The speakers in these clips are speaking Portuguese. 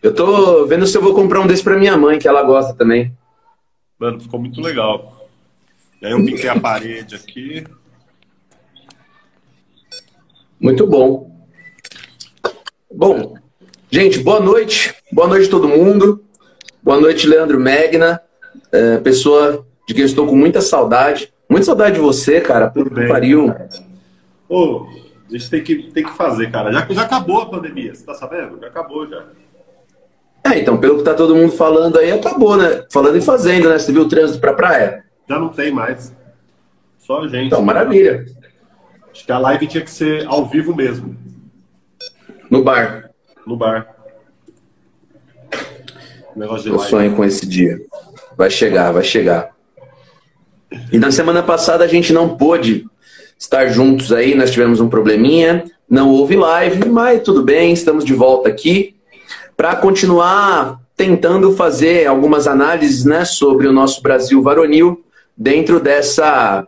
Eu tô vendo se eu vou comprar um desse pra minha mãe, que ela gosta também. Mano, ficou muito legal. E aí eu pintei a parede aqui. Muito bom. Bom, gente, boa noite. Boa noite a todo mundo. Boa noite, Leandro Megna, pessoa de quem eu estou com muita saudade. Muita saudade de você, cara. Puta Tudo que bem. pariu. Ô, a gente tem que fazer, cara. Já acabou a pandemia, você tá sabendo? Já acabou, já. Então, pelo que tá todo mundo falando aí, acabou, né? Falando e fazendo, né? Você viu o trânsito pra praia? Já não tem mais. Só a Então, gente. maravilha. Acho que a live tinha que ser ao vivo mesmo, No bar. no bar. Negócio de Eu live. sonho com esse dia. Vai chegar, vai chegar. E na semana passada a gente não pôde estar juntos aí, nós tivemos um probleminha, não houve live, mas tudo bem, estamos de volta aqui para continuar tentando fazer algumas análises, né, sobre o nosso Brasil varonil dentro dessa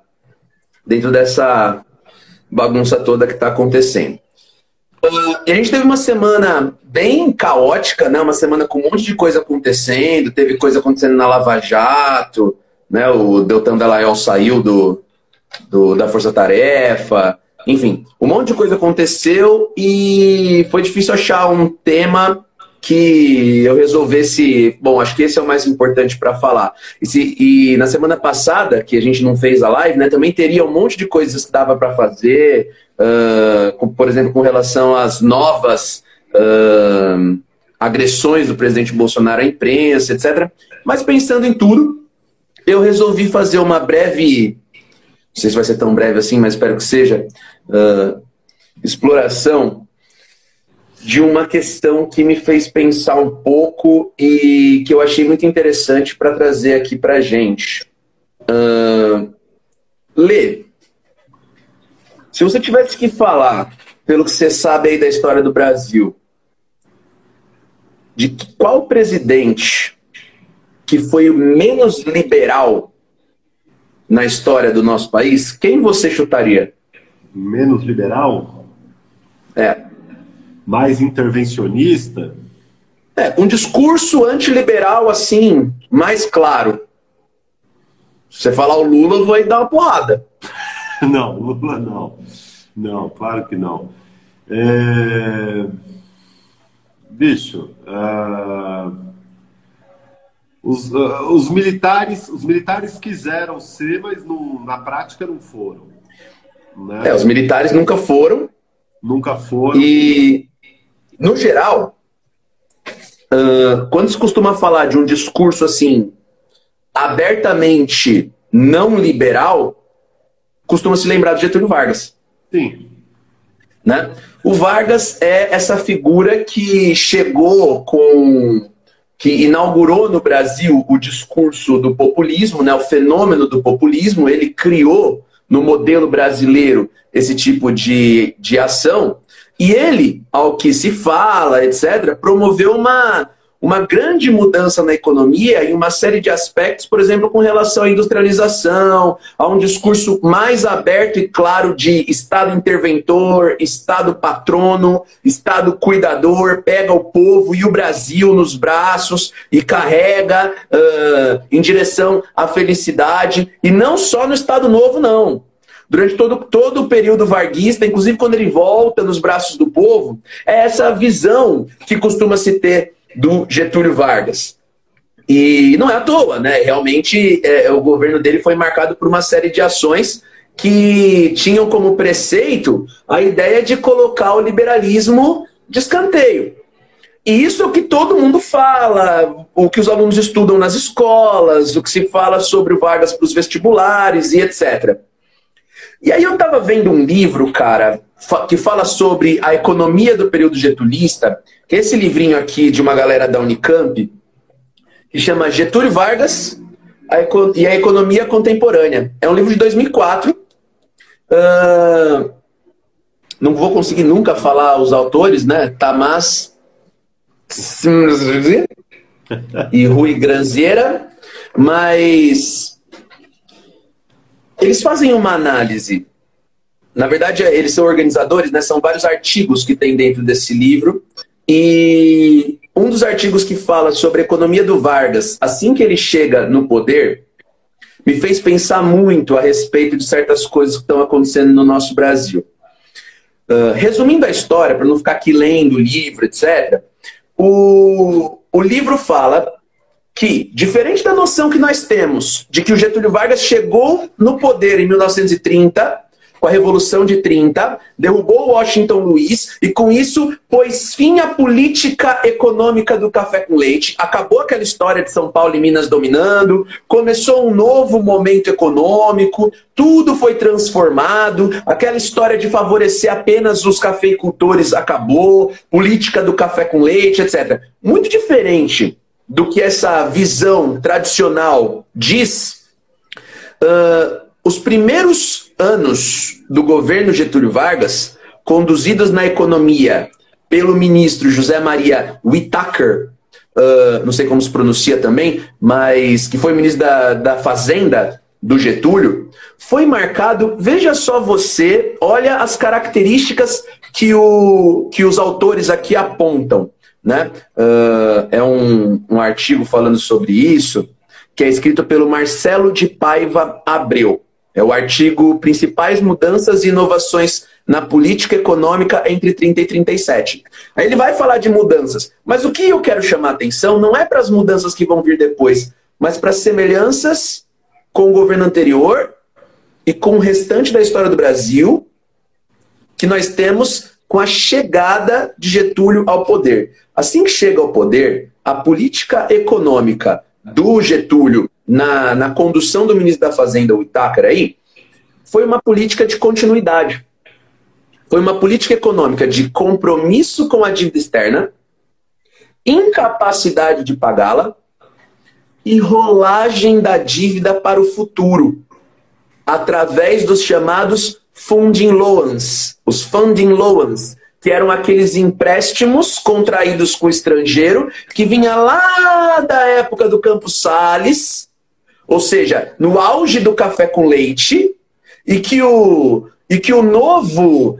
bagunça toda que está acontecendo. E a gente teve uma semana bem caótica, né? Uma semana com um monte de coisa acontecendo. Teve coisa acontecendo na Lava Jato, né? O Deltan Dallagnol saiu da Força Tarefa. Enfim, um monte de coisa aconteceu e foi difícil achar um tema que eu resolvesse... Bom, acho que esse é o mais importante para falar. E na semana passada, que a gente não fez a live, né? Também teria um monte de coisas que dava para fazer... por exemplo, com relação às novas agressões do presidente Bolsonaro à imprensa, etc. Mas pensando em tudo, eu resolvi fazer uma breve, não sei se vai ser tão breve assim, mas espero que seja, exploração de uma questão que me fez pensar um pouco e que eu achei muito interessante para trazer aqui para a gente. Lê, se você tivesse que falar, pelo que você sabe aí da história do Brasil, de qual presidente que foi o menos liberal na história do nosso país, quem você chutaria? Menos liberal? É. Mais intervencionista? Um discurso antiliberal, assim, mais claro. Se você falar o Lula, vai dar uma porrada. Não, Lula não. Não, claro que não. Bicho, os militares quiseram ser, mas na prática não foram. Né? Os militares nunca foram. Nunca foram. E, no geral, quando se costuma falar de um discurso assim, abertamente não liberal, costuma se lembrar de Getúlio Vargas. Sim. Né? O Vargas é essa figura que chegou que inaugurou no Brasil o discurso do populismo, né? O fenômeno do populismo. Ele criou no modelo brasileiro esse tipo de ação e ele, ao que se fala, etc., promoveu uma grande mudança na economia em uma série de aspectos, por exemplo, com relação à industrialização, a um discurso mais aberto e claro de Estado interventor, Estado patrono, Estado cuidador, pega o povo e o Brasil nos braços e carrega em direção à felicidade, e não só no Estado Novo, não. Durante todo o período varguista, inclusive quando ele volta nos braços do povo, é essa visão que costuma se ter do Getúlio Vargas. E não é à toa, né? Realmente o governo dele foi marcado por uma série de ações que tinham como preceito a ideia de colocar o liberalismo de escanteio. E isso é o que todo mundo fala, o que os alunos estudam nas escolas, o que se fala sobre o Vargas para os vestibulares e etc. E aí eu estava vendo um livro, cara, que fala sobre a economia do período getulista, que é esse livrinho aqui de uma galera da Unicamp, que chama Getúlio Vargas e a Economia Contemporânea. É um livro de 2004. Não vou conseguir nunca falar os autores, né? Tamás e Rui Granziera, mas eles fazem uma análise. Na verdade, eles são organizadores, né? São vários artigos que tem dentro desse livro E um dos artigos que fala sobre a economia do Vargas, assim que ele chega no poder, me fez pensar muito a respeito de certas coisas que estão acontecendo no nosso Brasil. Resumindo a história, para não ficar aqui lendo o livro, etc., o livro fala que, diferente da noção que nós temos de que o Getúlio Vargas chegou no poder em 1930, com a Revolução de 30, derrubou Washington Luiz e, com isso, pôs fim à política econômica do café com leite, acabou aquela história de São Paulo e Minas dominando, começou um novo momento econômico, tudo foi transformado, aquela história de favorecer apenas os cafeicultores acabou, política do café com leite, etc. Muito diferente do que essa visão tradicional diz, os primeiros anos do governo Getúlio Vargas, conduzidos na economia pelo ministro José Maria Whittaker, não sei como se pronuncia também, mas que foi ministro da Fazenda do Getúlio, foi marcado, veja só você, olha as características que os autores aqui apontam, né? É um artigo falando sobre isso, que é escrito pelo Marcelo de Paiva Abreu. É o artigo Principais Mudanças e Inovações na Política Econômica entre 30 e 37. Aí ele vai falar de mudanças, mas o que eu quero chamar a atenção não é para as mudanças que vão vir depois, mas para as semelhanças com o governo anterior e com o restante da história do Brasil que nós temos com a chegada de Getúlio ao poder. Assim que chega ao poder, a política econômica do Getúlio na condução do ministro da Fazenda, o Whittaker, aí, foi uma política de continuidade. Foi uma política econômica de compromisso com a dívida externa, incapacidade de pagá-la e rolagem da dívida para o futuro, através dos chamados funding loans, os funding loans, que eram aqueles empréstimos contraídos com o estrangeiro, que vinha lá da época do Campos Salles, ou seja, no auge do café com leite, e que o novo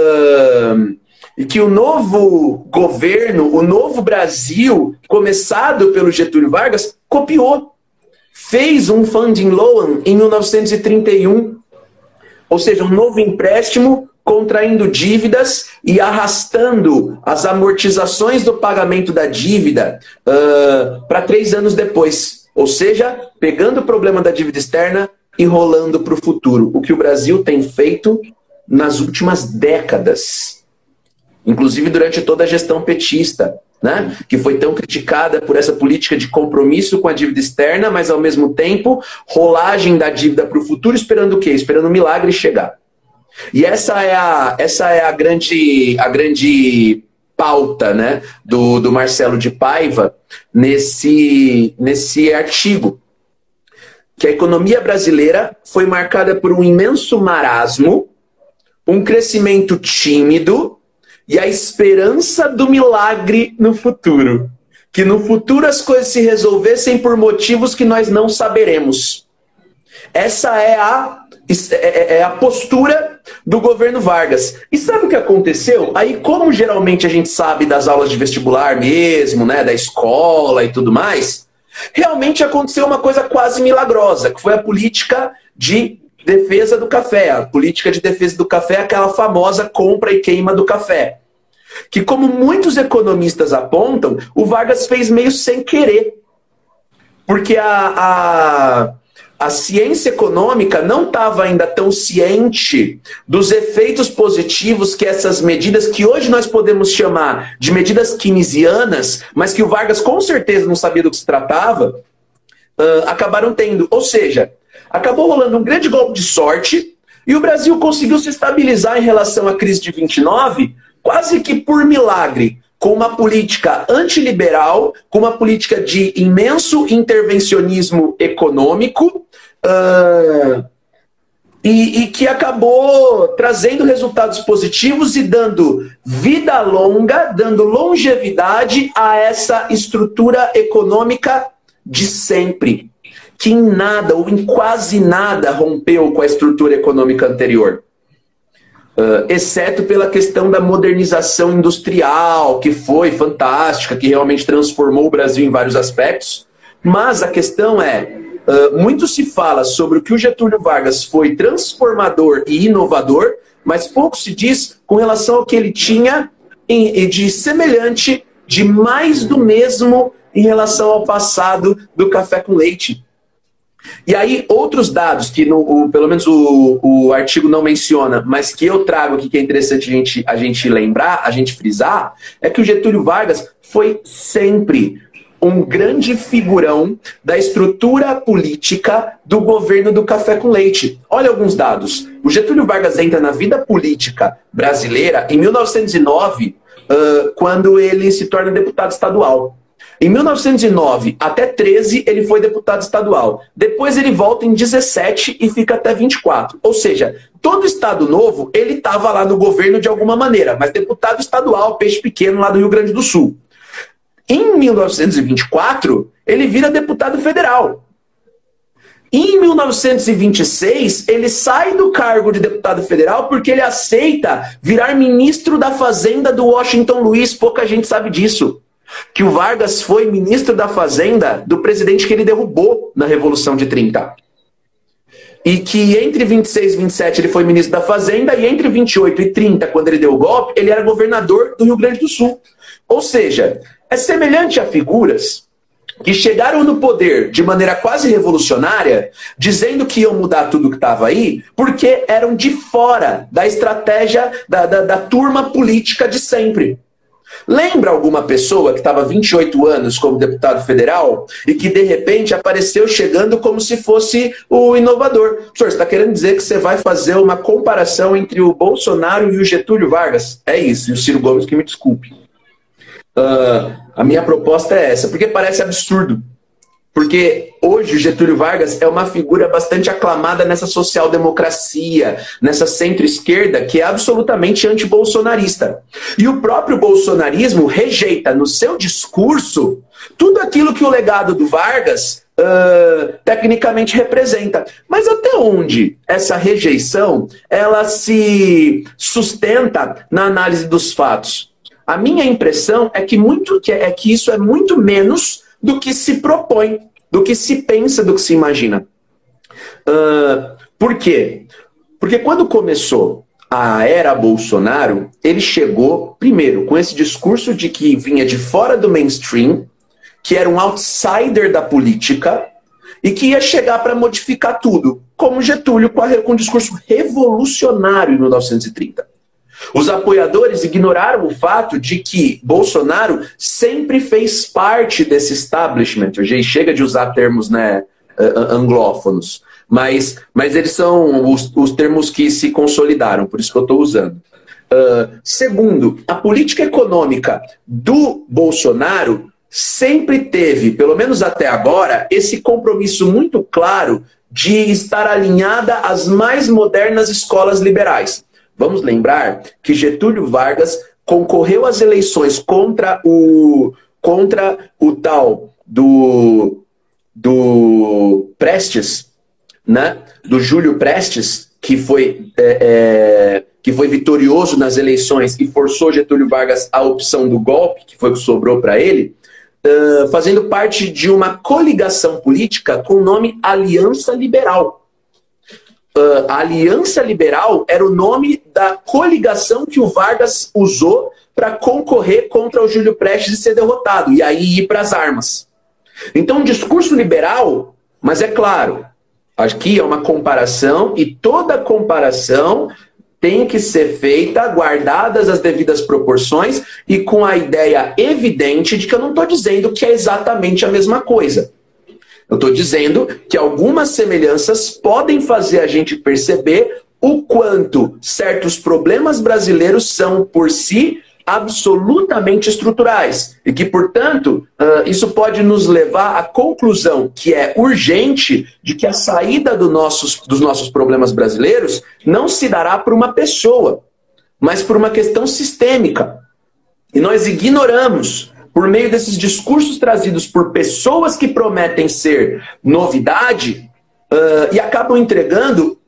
governo, o novo Brasil, começado pelo Getúlio Vargas, copiou. Fez um funding loan em 1931, ou seja, um novo empréstimo contraindo dívidas e arrastando as amortizações do pagamento da dívida para 3 anos depois. Ou seja, pegando o problema da dívida externa e rolando para o futuro. O que o Brasil tem feito nas últimas décadas. Inclusive durante toda a gestão petista, né? Que foi tão criticada por essa política de compromisso com a dívida externa, mas ao mesmo tempo, rolagem da dívida para o futuro, esperando o quê? Esperando o milagre chegar. E essa é a grande pauta, né, do Marcelo de Paiva nesse artigo. Que a economia brasileira foi marcada por um imenso marasmo, um crescimento tímido e a esperança do milagre no futuro. Que no futuro as coisas se resolvessem por motivos que nós não saberemos. Essa é a postura do governo Vargas. E sabe o que aconteceu? Aí, como geralmente a gente sabe das aulas de vestibular mesmo, né, da escola e tudo mais, realmente aconteceu uma coisa quase milagrosa, que foi a política de defesa do café. A política de defesa do café é aquela famosa compra e queima do café. Que, como muitos economistas apontam, o Vargas fez meio sem querer. Porque a ciência econômica não estava ainda tão ciente dos efeitos positivos que essas medidas, que hoje nós podemos chamar de medidas keynesianas, mas que o Vargas com certeza não sabia do que se tratava, acabaram tendo. Ou seja, acabou rolando um grande golpe de sorte e o Brasil conseguiu se estabilizar em relação à crise de 29, quase que por milagre, com uma política antiliberal, com uma política de imenso intervencionismo econômico, e que acabou trazendo resultados positivos e dando vida longa, dando longevidade a essa estrutura econômica de sempre, que em nada ou em quase nada rompeu com a estrutura econômica anterior. exceto pela questão da modernização industrial, que foi fantástica, que realmente transformou o Brasil em vários aspectos. Mas a questão é, muito se fala sobre o que o Getúlio Vargas foi transformador e inovador, mas pouco se diz com relação ao que ele tinha de semelhante, de mais do mesmo em relação ao passado do café com leite. E aí, outros dados que pelo menos o artigo não menciona, mas que eu trago aqui que é interessante a gente lembrar, a gente frisar, é que o Getúlio Vargas foi sempre um grande figurão da estrutura política do governo do café com leite. Olha alguns dados. O Getúlio Vargas entra na vida política brasileira em 1909, quando ele se torna deputado estadual. Em 1909 até 13 ele foi deputado estadual. Depois ele volta em 17 e fica até 24. Ou seja, todo estado novo ele estava lá no governo de alguma maneira, mas deputado estadual, peixe pequeno lá do Rio Grande do Sul. Em 1924 ele vira deputado federal. Em 1926 ele sai do cargo de deputado federal porque ele aceita virar ministro da Fazenda do Washington Luiz. Pouca gente sabe disso. Que o Vargas foi ministro da Fazenda do presidente que ele derrubou na Revolução de 30. E que entre 26 e 27 ele foi ministro da Fazenda, e entre 28 e 30, quando ele deu o golpe, ele era governador do Rio Grande do Sul. Ou seja, é semelhante a figuras que chegaram no poder de maneira quase revolucionária, dizendo que iam mudar tudo que estava aí, porque eram de fora da estratégia da turma política de sempre. Lembra alguma pessoa que estava 28 anos como deputado federal e que de repente apareceu chegando como se fosse o inovador? Senhor, você está querendo dizer que você vai fazer uma comparação entre o Bolsonaro e o Getúlio Vargas? É isso, e o Ciro Gomes que me desculpe. A minha proposta é essa, porque parece absurdo. Porque hoje o Getúlio Vargas é uma figura bastante aclamada nessa social-democracia, nessa centro-esquerda que é absolutamente anti-bolsonarista. E o próprio bolsonarismo rejeita no seu discurso tudo aquilo que o legado do Vargas tecnicamente representa. Mas até onde essa rejeição ela se sustenta na análise dos fatos? A minha impressão é que isso é muito menos do que se propõe, do que se pensa, do que se imagina. Por quê? Porque quando começou a era Bolsonaro, ele chegou, primeiro, com esse discurso de que vinha de fora do mainstream, que era um outsider da política, e que ia chegar para modificar tudo, como Getúlio com um discurso revolucionário em 1930. Os apoiadores ignoraram o fato de que Bolsonaro sempre fez parte desse establishment. Hoje chega de usar termos, né, anglófonos, mas eles são os termos que se consolidaram, por isso que eu estou usando. Segundo, a política econômica do Bolsonaro sempre teve, pelo menos até agora, esse compromisso muito claro de estar alinhada às mais modernas escolas liberais. Vamos lembrar que Getúlio Vargas concorreu às eleições contra o tal do Prestes, né? Do Júlio Prestes, que foi vitorioso nas eleições e forçou Getúlio Vargas à opção do golpe, que foi o que sobrou para ele, fazendo parte de uma coligação política com o nome Aliança Liberal. A Aliança Liberal era o nome da coligação que o Vargas usou para concorrer contra o Júlio Prestes e ser derrotado, e aí ir para as armas. Então, um discurso liberal, mas é claro, aqui é uma comparação, e toda comparação tem que ser feita, guardadas as devidas proporções, e com a ideia evidente de que eu não estou dizendo que é exatamente a mesma coisa. Eu estou dizendo que algumas semelhanças podem fazer a gente perceber o quanto certos problemas brasileiros são, por si, absolutamente estruturais. E que, portanto, isso pode nos levar à conclusão que é urgente de que a saída dos nossos problemas brasileiros não se dará por uma pessoa, mas por uma questão sistêmica. E nós ignoramos, por meio desses discursos trazidos por pessoas que prometem ser novidade, e acabam entregando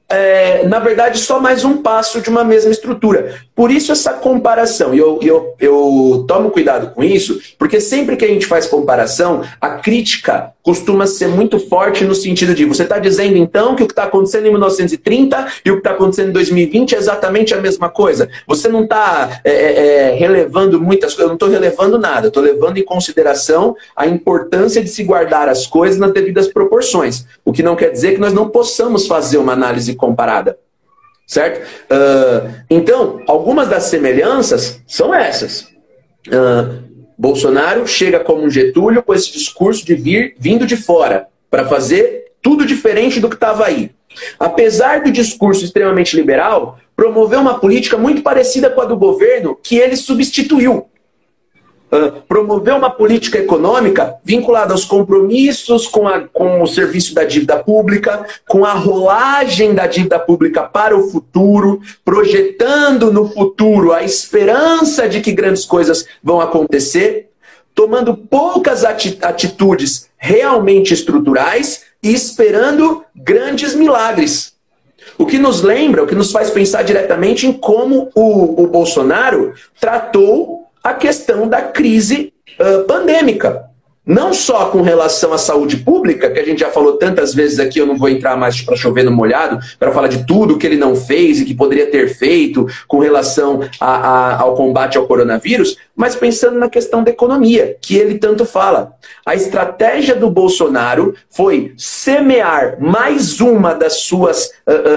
na verdade, só mais um passo de uma mesma estrutura. Por isso essa comparação. E eu tomo cuidado com isso, porque sempre que a gente faz comparação, a crítica costuma ser muito forte no sentido de você está dizendo, então, que o que está acontecendo em 1930 e o que está acontecendo em 2020 é exatamente a mesma coisa. Você não está relevando muitas coisas. Eu não estou relevando nada. Estou levando em consideração a importância de se guardar as coisas nas devidas proporções. O que não quer dizer que nós não possamos fazer uma análise comparada. Certo? Então, algumas das semelhanças são essas. Bolsonaro chega como um Getúlio com esse discurso de vindo de fora, para fazer tudo diferente do que estava aí. Apesar do discurso extremamente liberal, promoveu uma política muito parecida com a do governo que ele substituiu. Promoveu uma política econômica vinculada aos compromissos com o serviço da dívida pública, com a rolagem da dívida pública para o futuro, projetando no futuro a esperança de que grandes coisas vão acontecer, tomando poucas atitudes realmente estruturais e esperando grandes milagres. O que nos lembra, o que nos faz pensar diretamente em como o Bolsonaro tratou a questão da crise pandêmica. Não só com relação à saúde pública, que a gente já falou tantas vezes aqui, eu não vou entrar mais para chover no molhado, para falar de tudo que ele não fez e que poderia ter feito com relação ao combate ao coronavírus, mas pensando na questão da economia, que ele tanto fala. A estratégia do Bolsonaro foi semear mais uma das suas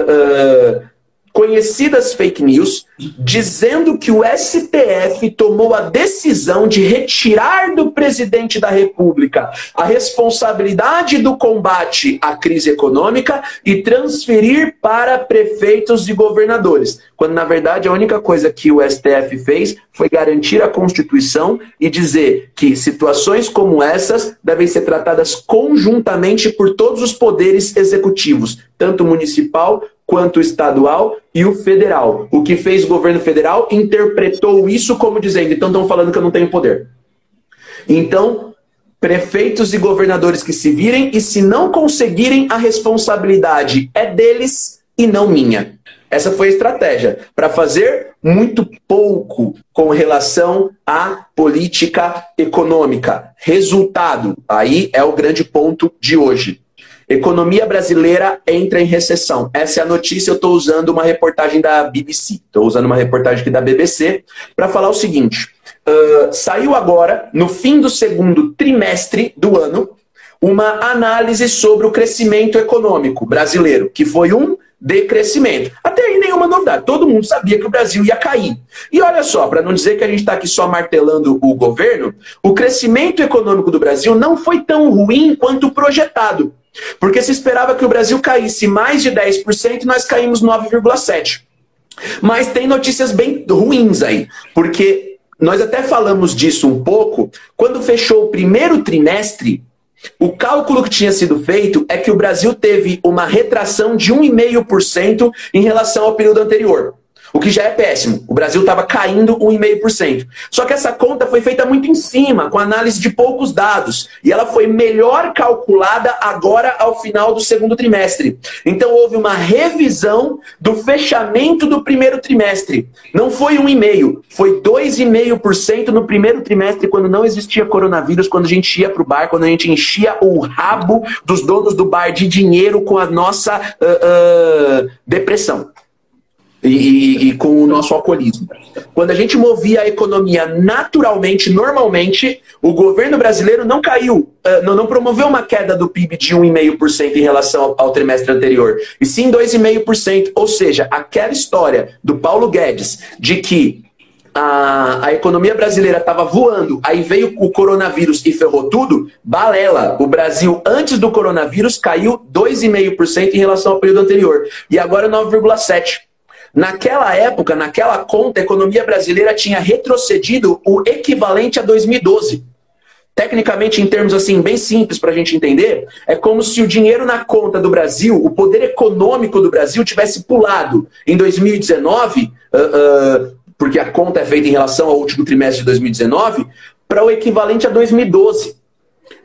conhecidas fake news, dizendo que o STF tomou a decisão de retirar do presidente da República a responsabilidade do combate à crise econômica e transferir para prefeitos e governadores. Quando, na verdade, a única coisa que o STF fez foi garantir a Constituição e dizer que situações como essas devem ser tratadas conjuntamente por todos os poderes executivos, tanto municipal quanto estadual e o federal. O que fez o governo federal interpretou isso como dizendo, então estão falando que eu não tenho poder. Então, prefeitos e governadores que se virem, e se não conseguirem, a responsabilidade é deles e não minha. Essa foi a estratégia, para fazer muito pouco com relação à política econômica. Resultado, aí é o grande ponto de hoje. Economia brasileira entra em recessão. Essa é a notícia, eu estou usando uma reportagem da BBC. Estou usando uma reportagem aqui da BBC para falar o seguinte. Saiu agora, no fim do segundo trimestre do ano, uma análise sobre o crescimento econômico brasileiro, que foi um decrescimento. Até aí nenhuma novidade. Todo mundo sabia que o Brasil ia cair. E olha só, para não dizer que a gente está aqui só martelando o governo, o crescimento econômico do Brasil não foi tão ruim quanto projetado. Porque se esperava que o Brasil caísse mais de 10% e nós caímos 9,7%. Mas tem notícias bem ruins aí, porque nós até falamos disso um pouco, quando fechou o primeiro trimestre, o cálculo que tinha sido feito é que o Brasil teve uma retração de 1,5% em relação ao período anterior. O que já é péssimo. O Brasil estava caindo 1,5%. Só que essa conta foi feita muito em cima, com análise de poucos dados. E ela foi melhor calculada agora ao final do segundo trimestre. Então houve uma revisão do fechamento do primeiro trimestre. Não foi 1,5%, foi 2,5% no primeiro trimestre, quando não existia coronavírus, quando a gente ia para o bar, quando a gente enchia o rabo dos donos do bar de dinheiro com a nossa depressão. E com o nosso alcoolismo. Quando a gente movia a economia naturalmente, normalmente, o governo brasileiro não caiu, não promoveu uma queda do PIB de 1,5% em relação ao trimestre anterior, e sim 2,5%. Ou seja, aquela história do Paulo Guedes de que a economia brasileira estava voando, aí veio o coronavírus e ferrou tudo, balela. O Brasil, antes do coronavírus, caiu 2,5% em relação ao período anterior, e agora 9,7%. Naquela época, naquela conta, a economia brasileira tinha retrocedido o equivalente a 2012. Tecnicamente, em termos assim bem simples para a gente entender, é como se o dinheiro na conta do Brasil, o poder econômico do Brasil tivesse pulado em 2019, porque a conta é feita em relação ao último trimestre de 2019, para o equivalente a 2012.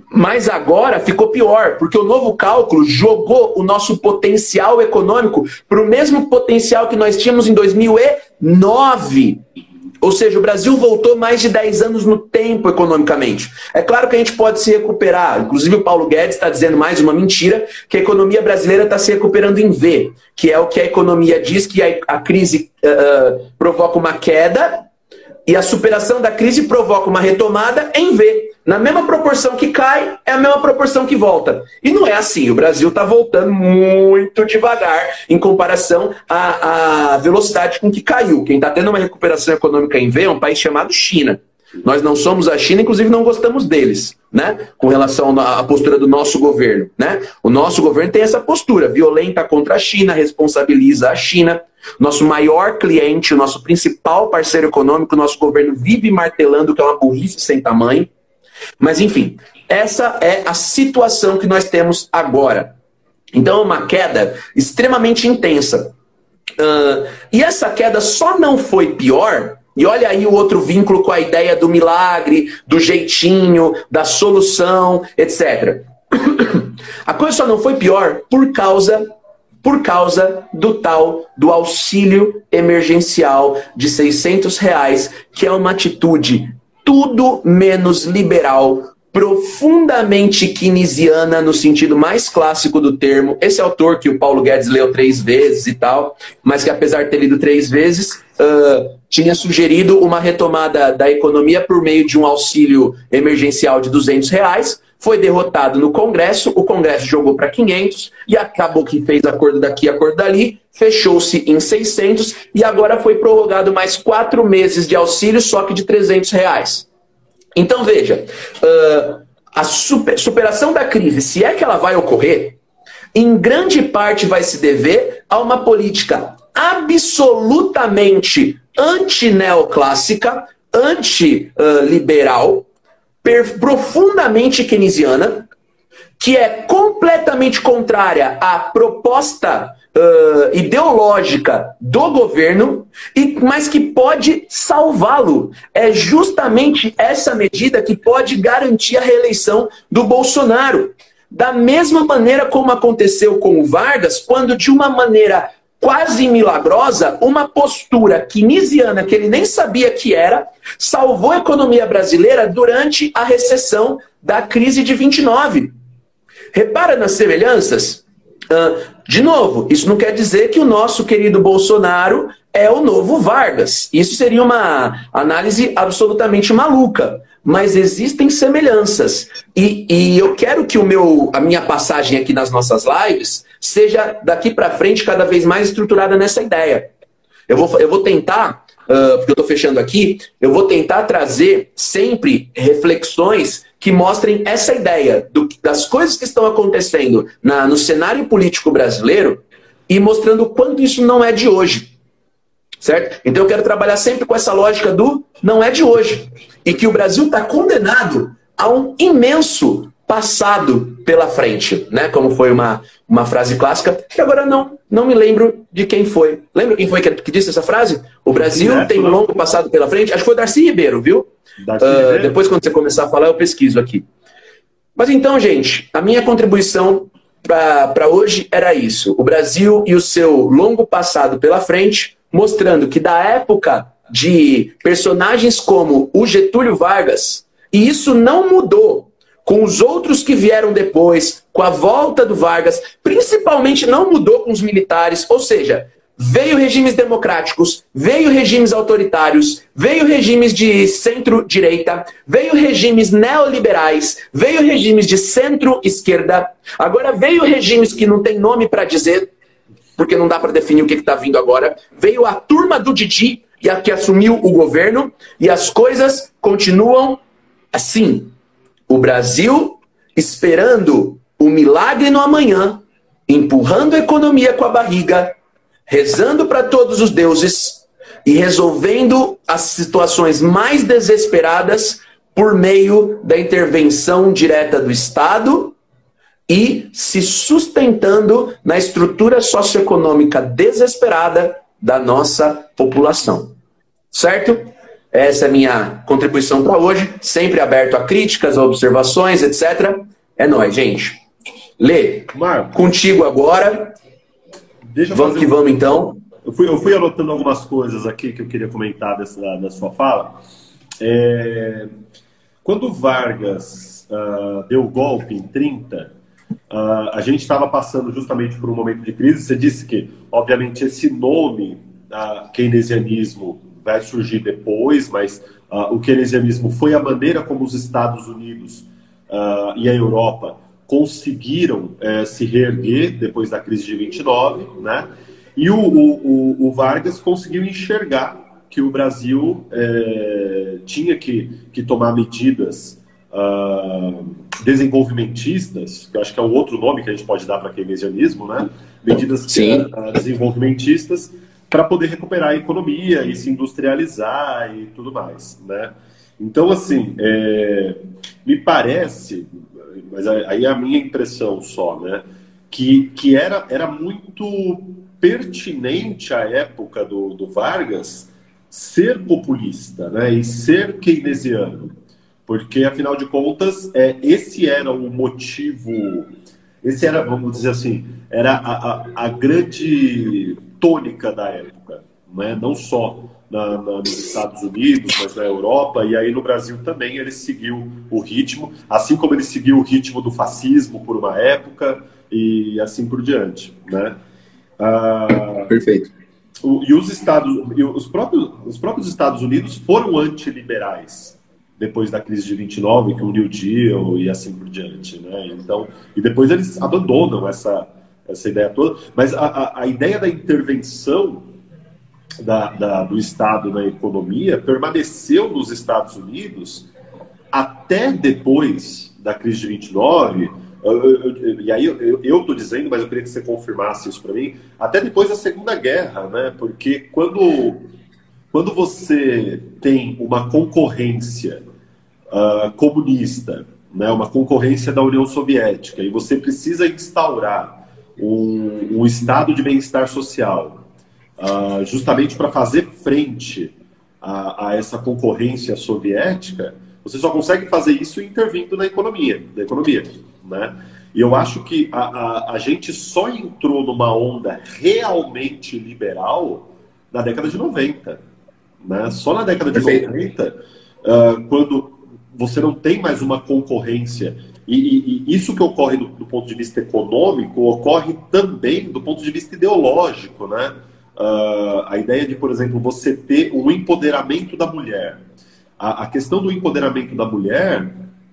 Mas agora ficou pior, porque o novo cálculo jogou o nosso potencial econômico para o mesmo potencial que nós tínhamos em 2009. Ou seja, o Brasil voltou mais de 10 anos no tempo economicamente. É claro que a gente pode se recuperar. Inclusive o Paulo Guedes está dizendo mais uma mentira, que a economia brasileira está se recuperando em V, que é o que a economia diz, que a crise provoca uma queda e a superação da crise provoca uma retomada em V. Na mesma proporção que cai, é a mesma proporção que volta. E não é assim. O Brasil está voltando muito devagar em comparação à velocidade com que caiu. Quem está tendo uma recuperação econômica em V é um país chamado China. Nós não somos a China, inclusive não gostamos deles, né? Com relação à postura do nosso governo, né? O nosso governo tem essa postura violenta contra a China, responsabiliza a China. Nosso maior cliente, o nosso principal parceiro econômico, o nosso governo vive martelando que é uma burrice sem tamanho. Mas, enfim, essa é a situação que nós temos agora. Então, é uma queda extremamente intensa. E essa queda só não foi pior, e olha aí o outro vínculo com a ideia do milagre, do jeitinho, da solução, etc. A coisa só não foi pior por causa do auxílio emergencial de R$600, que é uma atitude tudo menos liberal, profundamente keynesiana no sentido mais clássico do termo. Esse autor que o Paulo Guedes leu 3 vezes e tal, mas que apesar de ter lido 3 vezes, tinha sugerido uma retomada da economia por meio de um auxílio emergencial de R$200, foi derrotado no Congresso, o Congresso jogou para 500 e acabou que fez acordo daqui, acordo dali, fechou-se em 600 e agora foi prorrogado mais 4 meses de auxílio, só que de R$300. Então veja, a superação da crise, se é que ela vai ocorrer, em grande parte vai se dever a uma política absolutamente antineoclássica, antiliberal, profundamente keynesiana, que é completamente contrária à proposta ideológica do governo, mas que pode salvá-lo. É justamente essa medida que pode garantir a reeleição do Bolsonaro. Da mesma maneira como aconteceu com o Vargas, quando de uma maneira quase milagrosa, uma postura keynesiana que ele nem sabia que era, salvou a economia brasileira durante a recessão da crise de 29. Repara nas semelhanças. De novo, isso não quer dizer que o nosso querido Bolsonaro é o novo Vargas. Isso seria uma análise absolutamente maluca. Mas existem semelhanças. E eu quero que a minha passagem aqui nas nossas lives seja daqui para frente cada vez mais estruturada nessa ideia. Eu vou tentar, porque eu estou fechando aqui, eu vou tentar trazer sempre reflexões que mostrem essa ideia das coisas que estão acontecendo no cenário político brasileiro e mostrando o quanto isso não é de hoje. Certo? Então eu quero trabalhar sempre com essa lógica do não é de hoje. E que o Brasil está condenado a um imenso passado pela frente. Né? Como foi uma frase clássica, que agora não me lembro de quem foi. Lembra quem foi que disse essa frase? O Brasil tem um longo passado pela frente. Acho que foi o Darcy Ribeiro, viu? Ribeiro. Depois, quando você começar a falar, eu pesquiso aqui. Mas então, gente, a minha contribuição para hoje era isso. O Brasil e o seu longo passado pela frente, mostrando que da época de personagens como o Getúlio Vargas, e isso não mudou com os outros que vieram depois, com a volta do Vargas, principalmente não mudou com os militares, ou seja, veio regimes democráticos, veio regimes autoritários, veio regimes de centro-direita, veio regimes neoliberais, veio regimes de centro-esquerda, agora veio regimes que não tem nome para dizer, porque não dá para definir o que está vindo agora. Veio a turma do Didi, que assumiu o governo, e as coisas continuam assim. O Brasil esperando o milagre no amanhã, empurrando a economia com a barriga, rezando para todos os deuses e resolvendo as situações mais desesperadas por meio da intervenção direta do Estado e se sustentando na estrutura socioeconômica desesperada da nossa população. Certo? Essa é a minha contribuição para hoje. Sempre aberto a críticas, a observações, etc. É nóis, gente. Lê, Marco, contigo agora. Vamos que vamos, então. Eu fui anotando algumas coisas aqui que eu queria comentar da sua fala. Quando Vargas deu o golpe em 30, a gente estava passando justamente por um momento de crise. Você disse que, obviamente, esse nome, keynesianismo, vai surgir depois, mas o keynesianismo foi a maneira como os Estados Unidos e a Europa conseguiram se reerguer depois da crise de 29, né? E o Vargas conseguiu enxergar que o Brasil tinha que tomar medidas desenvolvimentistas, que eu acho que é um outro nome que a gente pode dar para keynesianismo, né? Medidas desenvolvimentistas para poder recuperar a economia e se industrializar e tudo mais, né? Então, assim, me parece, mas aí é a minha impressão só, né? Que era muito pertinente à época do Vargas ser populista, né? E ser keynesiano. Porque, afinal de contas, esse era o motivo, esse era, vamos dizer assim, era a grande tônica da época, né? Não só nos Estados Unidos, mas na Europa, e aí no Brasil também ele seguiu o ritmo, assim como ele seguiu o ritmo do fascismo por uma época, e assim por diante, né? Perfeito. Os próprios Estados Unidos foram antiliberais depois da crise de 29, com o New Deal e assim por diante, né? Então, e depois eles abandonam essa ideia toda, mas a ideia da intervenção do Estado na economia permaneceu nos Estados Unidos até depois da crise de 29, e aí eu estou dizendo, mas eu queria que você confirmasse isso para mim, até depois da Segunda Guerra, né? Porque quando você tem uma concorrência comunista, né, uma concorrência da União Soviética, e você precisa instaurar um estado de bem-estar social, justamente para fazer frente a essa concorrência soviética, você só consegue fazer isso intervindo na economia, né? E eu acho que a gente só entrou numa onda realmente liberal na década de 90. Né? Só na década de 90, quando você não tem mais uma concorrência, e isso que ocorre do ponto de vista econômico, ocorre também do ponto de vista ideológico, né? A ideia de, por exemplo, você ter um empoderamento da mulher. A questão do empoderamento da mulher,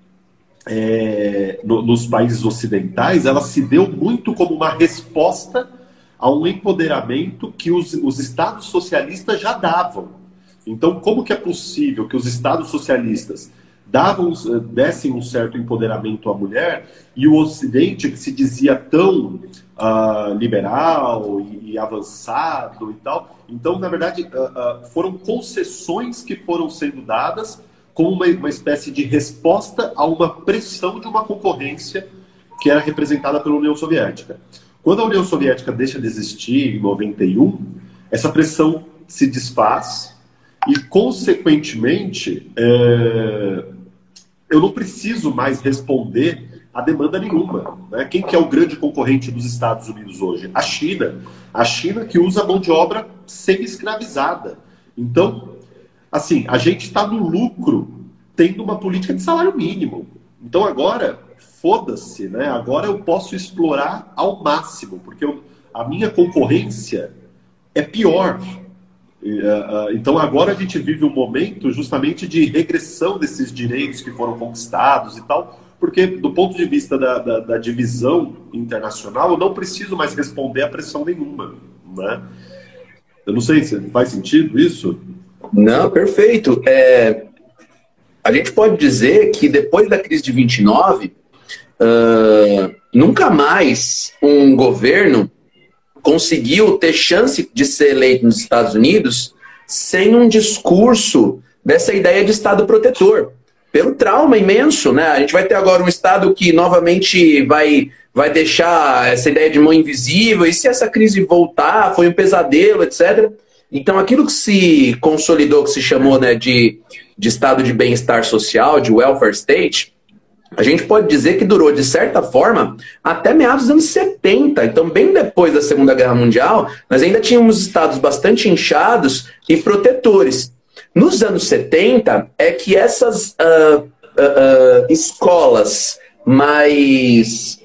nos países ocidentais, ela se deu muito como uma resposta a um empoderamento que os estados socialistas já davam. Então, como que é possível que os estados socialistas dessem um certo empoderamento à mulher e o Ocidente, que se dizia tão liberal e avançado e tal, então, na verdade, foram concessões que foram sendo dadas como uma espécie de resposta a uma pressão de uma concorrência que era representada pela União Soviética. Quando a União Soviética deixa de existir, em 91, essa pressão se desfaz e, consequentemente, eu não preciso mais responder a demanda nenhuma. Né? Quem que é o grande concorrente dos Estados Unidos hoje? A China. A China que usa mão de obra semi-escravizada. Então, assim, a gente está no lucro tendo uma política de salário mínimo. Então agora, foda-se, né? Agora eu posso explorar ao máximo, porque a minha concorrência é pior. Então agora a gente vive um momento justamente de regressão desses direitos que foram conquistados e tal, porque do ponto de vista da divisão internacional, eu não preciso mais responder a pressão nenhuma, né? Eu não sei se faz sentido isso. Não, perfeito. A gente pode dizer que depois da crise de 29, nunca mais um governo conseguiu ter chance de ser eleito nos Estados Unidos sem um discurso dessa ideia de Estado protetor. Pelo trauma imenso, né? A gente vai ter agora um Estado que novamente vai deixar essa ideia de mão invisível, e se essa crise voltar, foi um pesadelo, etc. Então, aquilo que se consolidou, que se chamou, né, de estado de bem-estar social, de welfare state, a gente pode dizer que durou, de certa forma, até meados dos anos 70. Então, bem depois da Segunda Guerra Mundial, nós ainda tínhamos estados bastante inchados e protetores. Nos anos 70, é que essas escolas mais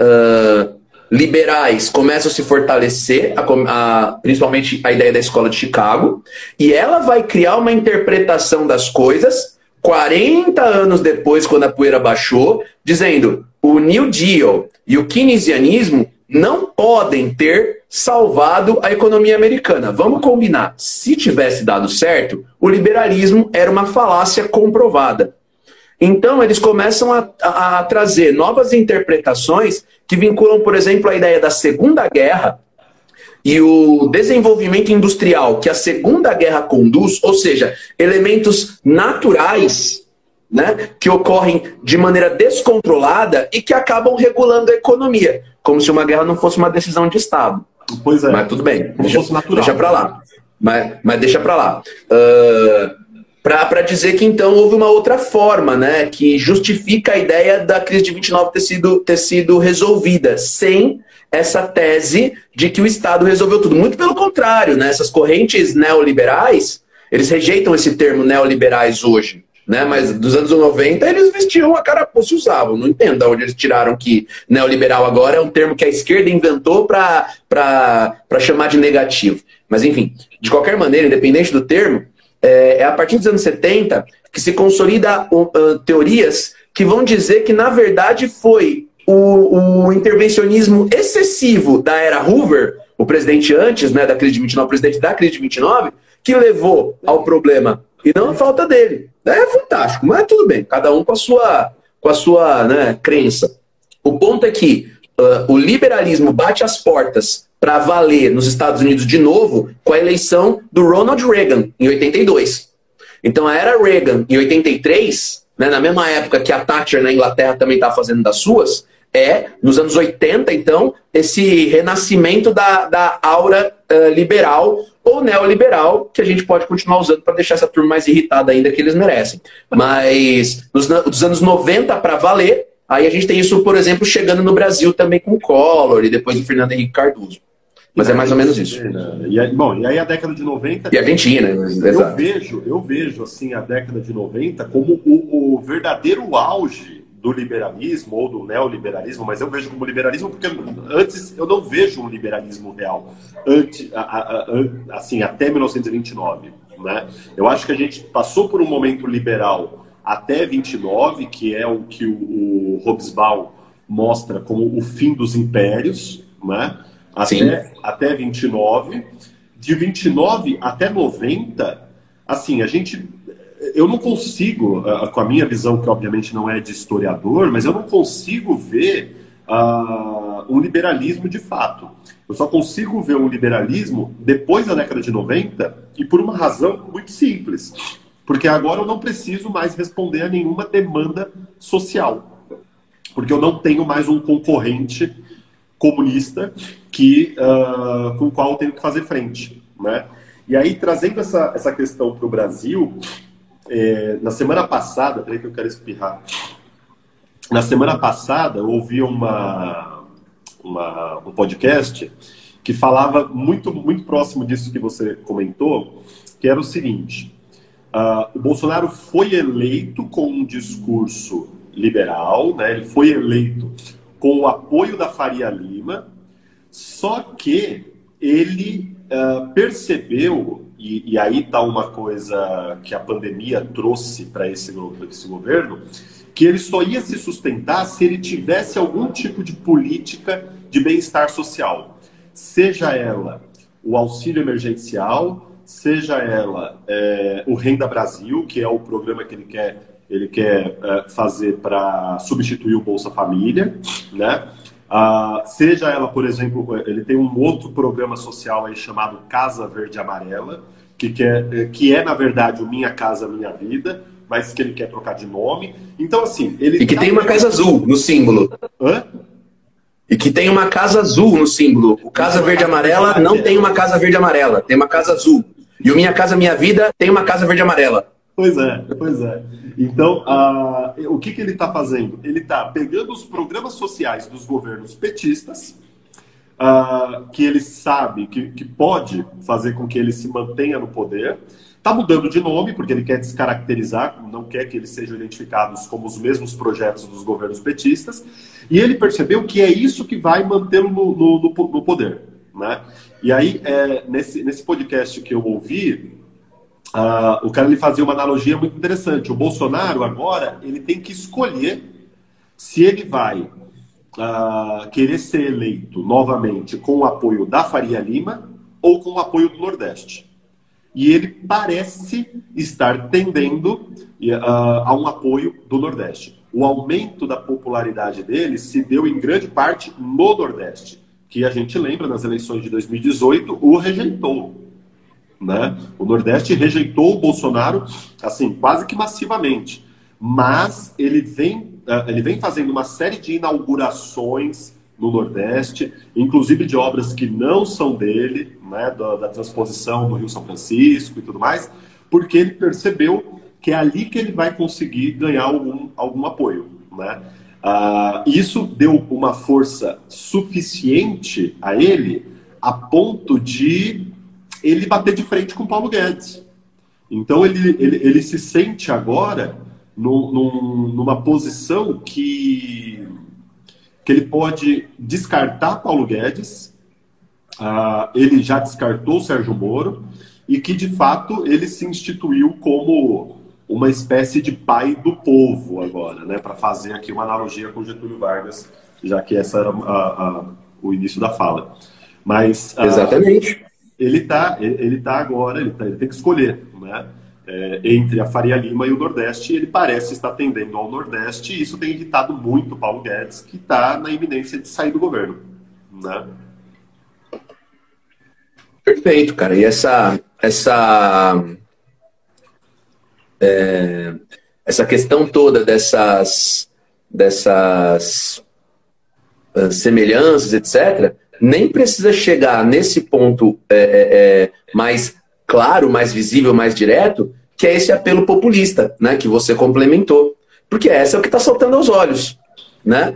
liberais começam a se fortalecer, principalmente a ideia da escola de Chicago, e ela vai criar uma interpretação das coisas 40 anos depois, quando a poeira baixou, dizendo o New Deal e o keynesianismo não podem ter salvado a economia americana. Vamos combinar, se tivesse dado certo, o liberalismo era uma falácia comprovada. Então, eles começam a trazer novas interpretações que vinculam, por exemplo, a ideia da Segunda Guerra e o desenvolvimento industrial que a Segunda Guerra conduz, ou seja, elementos naturais, né, que ocorrem de maneira descontrolada e que acabam regulando a economia, como se uma guerra não fosse uma decisão de Estado. Pois é. Mas tudo bem, deixa para lá. Mas deixa para lá. Para dizer que então houve uma outra forma, né, que justifica a ideia da crise de 29 ter sido resolvida, sem essa tese de que o Estado resolveu tudo. Muito pelo contrário, né, essas correntes neoliberais, eles rejeitam esse termo neoliberais hoje, né, mas dos anos 90 eles vestiam a carapuça e usavam. Não entendo de onde eles tiraram que neoliberal agora é um termo que a esquerda inventou para chamar de negativo. Mas enfim, de qualquer maneira, independente do termo, é a partir dos anos 70 que se consolida teorias que vão dizer que, na verdade, foi o intervencionismo excessivo da era Hoover, o presidente antes, né, da crise de 29, o presidente da crise de 29, que levou ao problema, e não a falta dele. É fantástico, mas tudo bem, cada um com a sua né, crença. O ponto é que o liberalismo bate as portas para valer nos Estados Unidos de novo com a eleição do Ronald Reagan, em 82. Então, a era Reagan, em 83, né, na mesma época que a Thatcher na Inglaterra também estava fazendo das suas, nos anos 80, então, esse renascimento da aura liberal ou neoliberal, que a gente pode continuar usando para deixar essa turma mais irritada ainda, que eles merecem. Mas, dos anos 90 para valer, aí a gente tem isso, por exemplo, chegando no Brasil também com o Collor e depois o Fernando Henrique Cardoso. Mas é mais ou menos isso. E aí a década de 90... E a Argentina, exato. Eu vejo assim, a década de 90 como o verdadeiro auge do liberalismo ou do neoliberalismo, mas eu vejo como liberalismo porque antes eu não vejo um liberalismo real, assim, até 1929. Né? Eu acho que a gente passou por um momento liberal até 29, que é o que o Hobsbawm mostra como o fim dos impérios, né? Até 29. De 29 até 90, assim, eu não consigo, com a minha visão, que obviamente não é de historiador, mas eu não consigo ver um liberalismo de fato. Eu só consigo ver um liberalismo depois da década de 90 e por uma razão muito simples. Porque agora eu não preciso mais responder a nenhuma demanda social. Porque eu não tenho mais um concorrente comunista com o qual eu tenho que fazer frente. Né? E aí, trazendo essa questão para o Brasil, na semana passada, peraí que eu quero espirrar. Na semana passada, eu ouvi um podcast que falava muito, muito próximo disso que você comentou, que era o seguinte: o Bolsonaro foi eleito com um discurso liberal, né? Ele foi eleito com o apoio da Faria Lima, só que ele percebeu, e aí está uma coisa que a pandemia trouxe para esse governo, que ele só ia se sustentar se ele tivesse algum tipo de política de bem-estar social. Seja ela o auxílio emergencial, seja ela o Renda Brasil, que é o programa que ele quer fazer para substituir o Bolsa Família, né? Seja ela, por exemplo, ele tem um outro programa social aí chamado Casa Verde Amarela, que é na verdade o Minha Casa Minha Vida, mas que ele quer trocar de nome. Então, assim... E que tem uma casa azul no símbolo. Hã? E que tem uma casa azul no símbolo. O Casa Verde Amarela não tem uma casa verde amarela, tem uma casa azul. E o Minha Casa Minha Vida tem uma casa verde e amarela. Pois é, pois é. Então, o que ele está fazendo? Ele está pegando os programas sociais dos governos petistas, que ele sabe que pode fazer com que ele se mantenha no poder. Está mudando de nome, porque ele quer descaracterizar, não quer que eles sejam identificados como os mesmos projetos dos governos petistas. E ele percebeu que é isso que vai mantê-lo no poder, né? E aí, nesse podcast que eu ouvi, o cara ele fazia uma analogia muito interessante. O Bolsonaro, agora, ele tem que escolher se ele vai querer ser eleito novamente com o apoio da Faria Lima ou com o apoio do Nordeste. E ele parece estar tendendo a um apoio do Nordeste. O aumento da popularidade dele se deu em grande parte no Nordeste, que a gente lembra, nas eleições de 2018, o rejeitou. Né? O Nordeste rejeitou o Bolsonaro, assim, quase que massivamente. Mas ele vem fazendo uma série de inaugurações no Nordeste, inclusive de obras que não são dele, né, da transposição do Rio São Francisco e tudo mais, porque ele percebeu que é ali que ele vai conseguir ganhar algum apoio, né? Isso deu uma força suficiente a ele a ponto de ele bater de frente com Paulo Guedes. Então ele se sente agora numa posição que ele pode descartar Paulo Guedes, ele já descartou o Sérgio Moro, e que, de fato, ele se instituiu como uma espécie de pai do povo agora, né? Para fazer aqui uma analogia com Getúlio Vargas, já que essa era o início da fala. Mas exatamente. Ele tá agora, ele tem que escolher, né? Entre a Faria Lima e o Nordeste, ele parece estar tendendo ao Nordeste, e isso tem irritado muito o Paulo Guedes, que está na iminência de sair do governo, né? Perfeito, cara. E essa questão toda dessas semelhanças, etc., nem precisa chegar nesse ponto mais claro, mais visível, mais direto, que é esse apelo populista, né, que você complementou. Porque essa é o que está saltando aos olhos, né?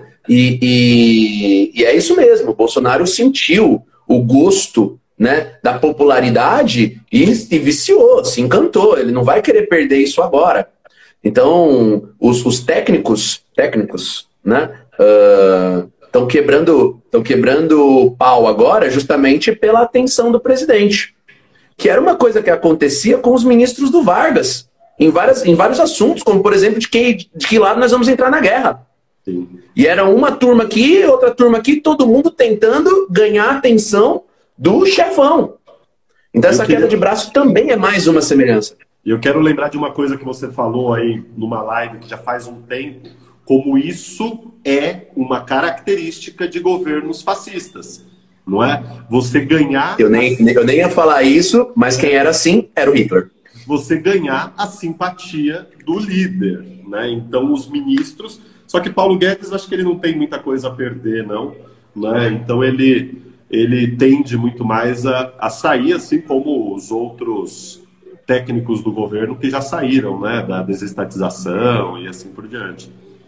E é isso mesmo, o Bolsonaro sentiu o gosto, né, da popularidade e viciou, se encantou. Ele não vai querer perder isso agora. Então, os técnicos, né, estão quebrando o pau agora justamente pela atenção do presidente. Que era uma coisa que acontecia com os ministros do Vargas, em vários assuntos, como, por exemplo, de que lado nós vamos entrar na guerra. Sim. E era uma turma aqui, outra turma aqui, todo mundo tentando ganhar a atenção do chefão. Então essa queda de braço também é mais uma semelhança. E eu quero lembrar de uma coisa que você falou aí numa live que já faz um tempo, como isso é uma característica de governos fascistas. Não é? Você ganhar... Eu nem ia falar isso, mas quem era assim era o Hitler. Você ganhar a simpatia do líder, né? Então os ministros... Só que Paulo Guedes, acho que ele não tem muita coisa a perder, não. Né? Então ele tende muito mais a sair, assim como os outros técnicos do governo que já saíram, né? Da desestatização e assim por diante.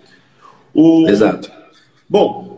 Exato. Bom...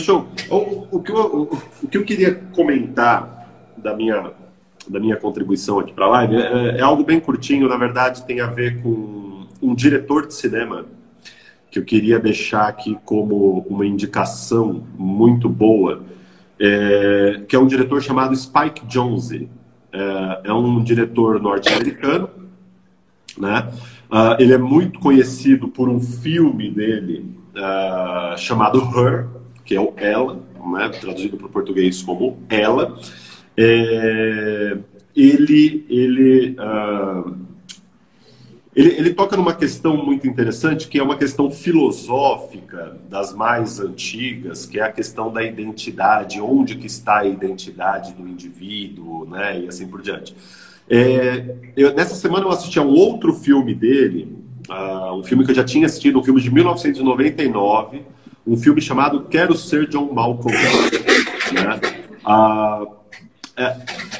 O que eu queria comentar da minha contribuição aqui para a live é algo bem curtinho, na verdade tem a ver com um diretor de cinema que eu queria deixar aqui como uma indicação muito boa, que é um diretor chamado Spike Jonze. É um diretor norte-americano, né? Ele é muito conhecido por um filme dele chamado Her, que é o Ela, né, traduzido para o português como Ela. Ele toca numa questão muito interessante, que é uma questão filosófica das mais antigas, que é a questão da identidade, onde que está a identidade do indivíduo, né, e assim por diante. Nessa semana eu assisti a um outro filme dele, um filme que eu já tinha assistido, um filme de 1999, um filme chamado Quero Ser John Malkovich, né?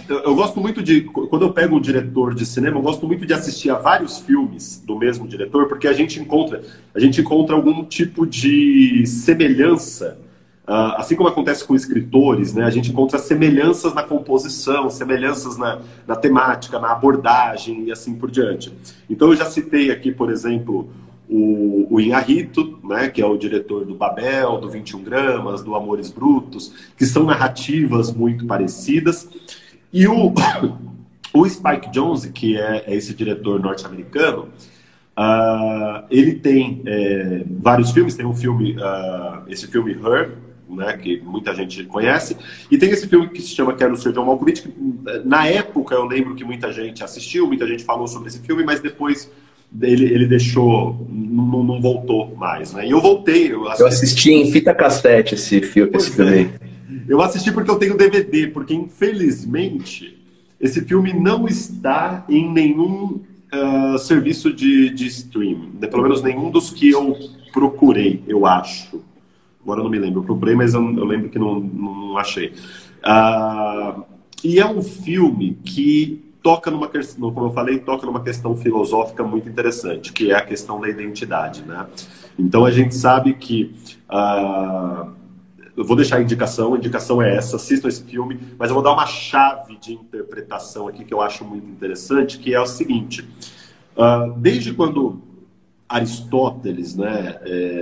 eu gosto muito de... Quando eu pego um diretor de cinema, eu gosto muito de assistir a vários filmes do mesmo diretor, porque a gente encontra algum tipo de semelhança. Assim como acontece com escritores, né? A gente encontra semelhanças na composição, semelhanças na temática, na abordagem e assim por diante. Então eu já citei aqui, por exemplo, o Inharrito, né, que é o diretor do Babel, do 21 Gramas, do Amores Brutos, que são narrativas muito parecidas. E o Spike Jonze, que é esse diretor norte-americano, ele tem vários filmes. Tem um filme, esse filme Her, né, que muita gente conhece, e tem esse filme que se chama Quero Ser John Malkovich, que na época eu lembro que muita gente assistiu, muita gente falou sobre esse filme, mas depois ele deixou, não voltou mais, né? E eu voltei. Eu assisti em fita cassete esse filme. Eu assisti porque eu tenho DVD, porque infelizmente esse filme não está em nenhum serviço de streaming, pelo menos nenhum dos que eu procurei, eu acho. Agora eu não me lembro, eu procurei, mas eu lembro que não achei. E é um filme que toca numa questão, como eu falei, toca numa questão filosófica muito interessante, que é a questão da identidade, né? Então a gente sabe que eu vou deixar a indicação é essa, assistam esse filme, mas eu vou dar uma chave de interpretação aqui que eu acho muito interessante, que é o seguinte: desde quando Aristóteles, né,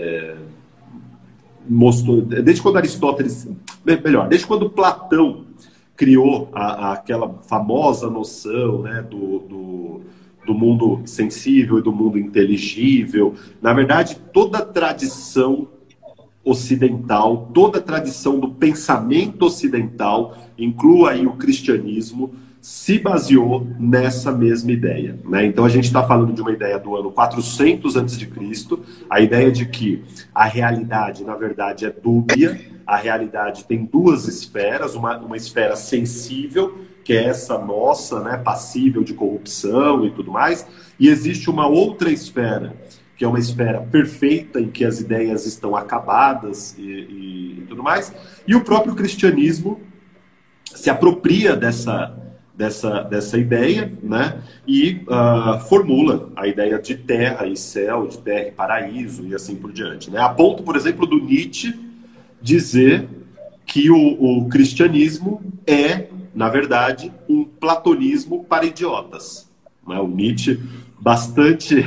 desde quando Platão criou aquela famosa noção, né, do mundo sensível e do mundo inteligível. Na verdade, toda a tradição ocidental, toda a tradição do pensamento ocidental, inclua aí o cristianismo, se baseou nessa mesma ideia, né? Então a gente está falando de uma ideia do ano 400 a.C., a ideia de que a realidade, na verdade, é dúbia. A realidade tem duas esferas, uma esfera sensível, que é essa nossa, né, passível de corrupção e tudo mais, e existe uma outra esfera, que é uma esfera perfeita, em que as ideias estão acabadas e tudo mais, e o próprio cristianismo se apropria dessa ideia, né, e formula a ideia de terra e céu, de terra e paraíso, e assim por diante, né? A ponto, por exemplo, do Nietzsche dizer que o cristianismo é, na verdade, um platonismo para idiotas. Né? O Nietzsche bastante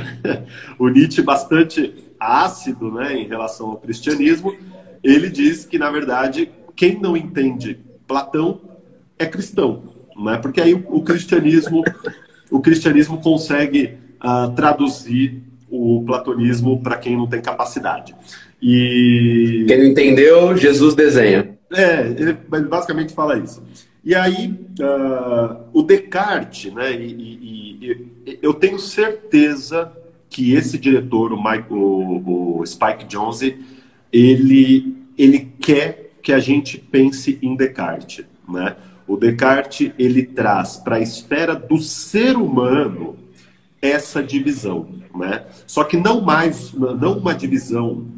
ácido, né, em relação ao cristianismo, ele diz que, na verdade, quem não entende Platão é cristão, né? Porque aí o cristianismo consegue traduzir o platonismo para quem não tem capacidade. E quem não entendeu, Jesus desenha. Ele basicamente fala isso. E aí, o Descartes, né, eu tenho certeza que esse diretor, o Spike Jonze, ele quer que a gente pense em Descartes, né? O Descartes, ele traz para a esfera do ser humano essa divisão, né? Só que não uma divisão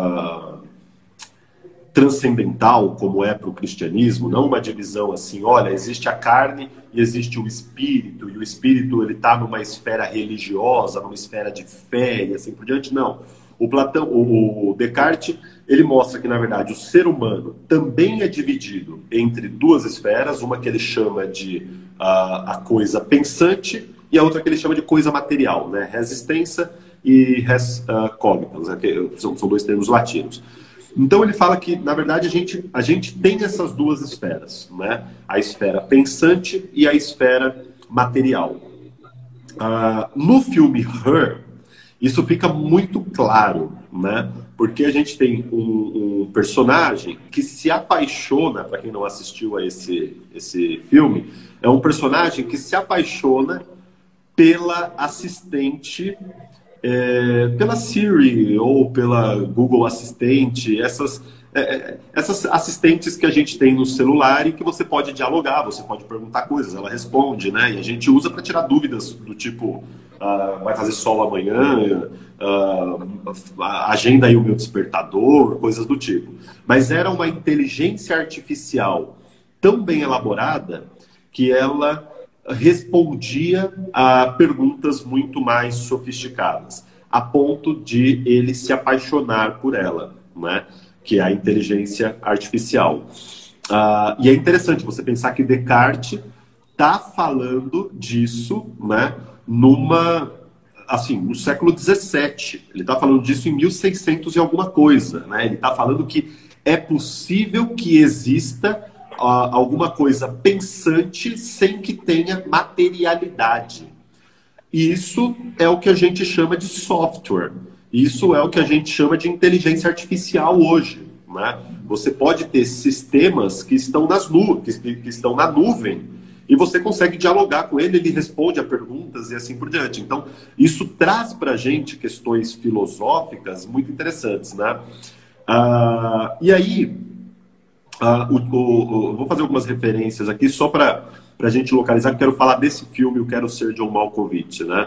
transcendental, como é para o cristianismo, não uma divisão assim, olha, existe a carne e existe o espírito, e o espírito ele está numa esfera religiosa, numa esfera de fé e assim por diante, não. O Descartes, ele mostra que, na verdade, o ser humano também é dividido entre duas esferas, uma que ele chama de a coisa pensante e a outra que ele chama de coisa material, né? Resistência e res cogitans, né? São dois termos latinos. Então ele fala que, na verdade, a gente tem essas duas esferas, né? A esfera pensante e a esfera material. No filme Her, isso fica muito claro, né? Porque a gente tem um personagem que se apaixona, para quem não assistiu a esse filme, é um personagem que se apaixona pela assistente, pela Siri ou pela Google Assistente, essas assistentes que a gente tem no celular e que você pode dialogar, você pode perguntar coisas, ela responde, né? E a gente usa para tirar dúvidas do tipo, vai fazer sol amanhã, agenda aí o meu despertador, coisas do tipo. Mas era uma inteligência artificial tão bem elaborada que ela respondia a perguntas muito mais sofisticadas, a ponto de ele se apaixonar por ela, né? Que é a inteligência artificial. E é interessante você pensar que Descartes está falando disso, né? No século XVII. Ele está falando disso em 1600 e alguma coisa, né? Ele está falando que é possível que exista alguma coisa pensante sem que tenha materialidade. E isso é o que a gente chama de software. Isso é o que a gente chama de inteligência artificial hoje, né? Você pode ter sistemas que estão que estão na nuvem, e você consegue dialogar com ele, ele responde a perguntas e assim por diante. Então, isso traz para a gente questões filosóficas muito interessantes, né? E aí, vou fazer algumas referências aqui só para a gente localizar, que quero falar desse filme, Eu Quero Ser John Malkovich, né?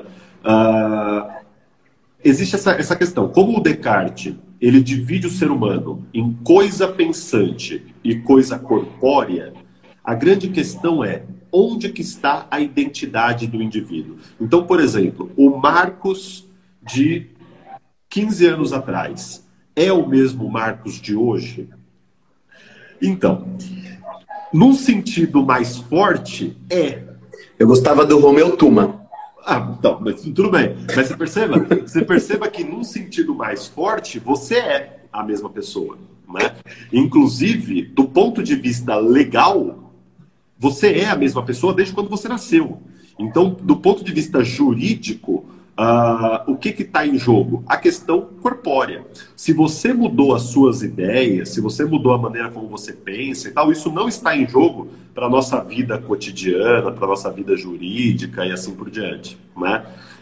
Existe essa questão. Como o Descartes, ele divide o ser humano em coisa pensante e coisa corpórea, a grande questão é onde que está a identidade do indivíduo. Então, por exemplo, o Marcos de 15 anos atrás é o mesmo Marcos de hoje? Então, num sentido mais forte, é. Eu gostava do Romeu Tuma. Então, mas tudo bem. Mas você perceba que num sentido mais forte, você é a mesma pessoa, né? Inclusive, do ponto de vista legal, você é a mesma pessoa desde quando você nasceu. Então, do ponto de vista jurídico, o que está em jogo? A questão corpórea. Se você mudou as suas ideias, se você mudou a maneira como você pensa e tal, isso não está em jogo para a nossa vida cotidiana, para a nossa vida jurídica e assim por diante, né?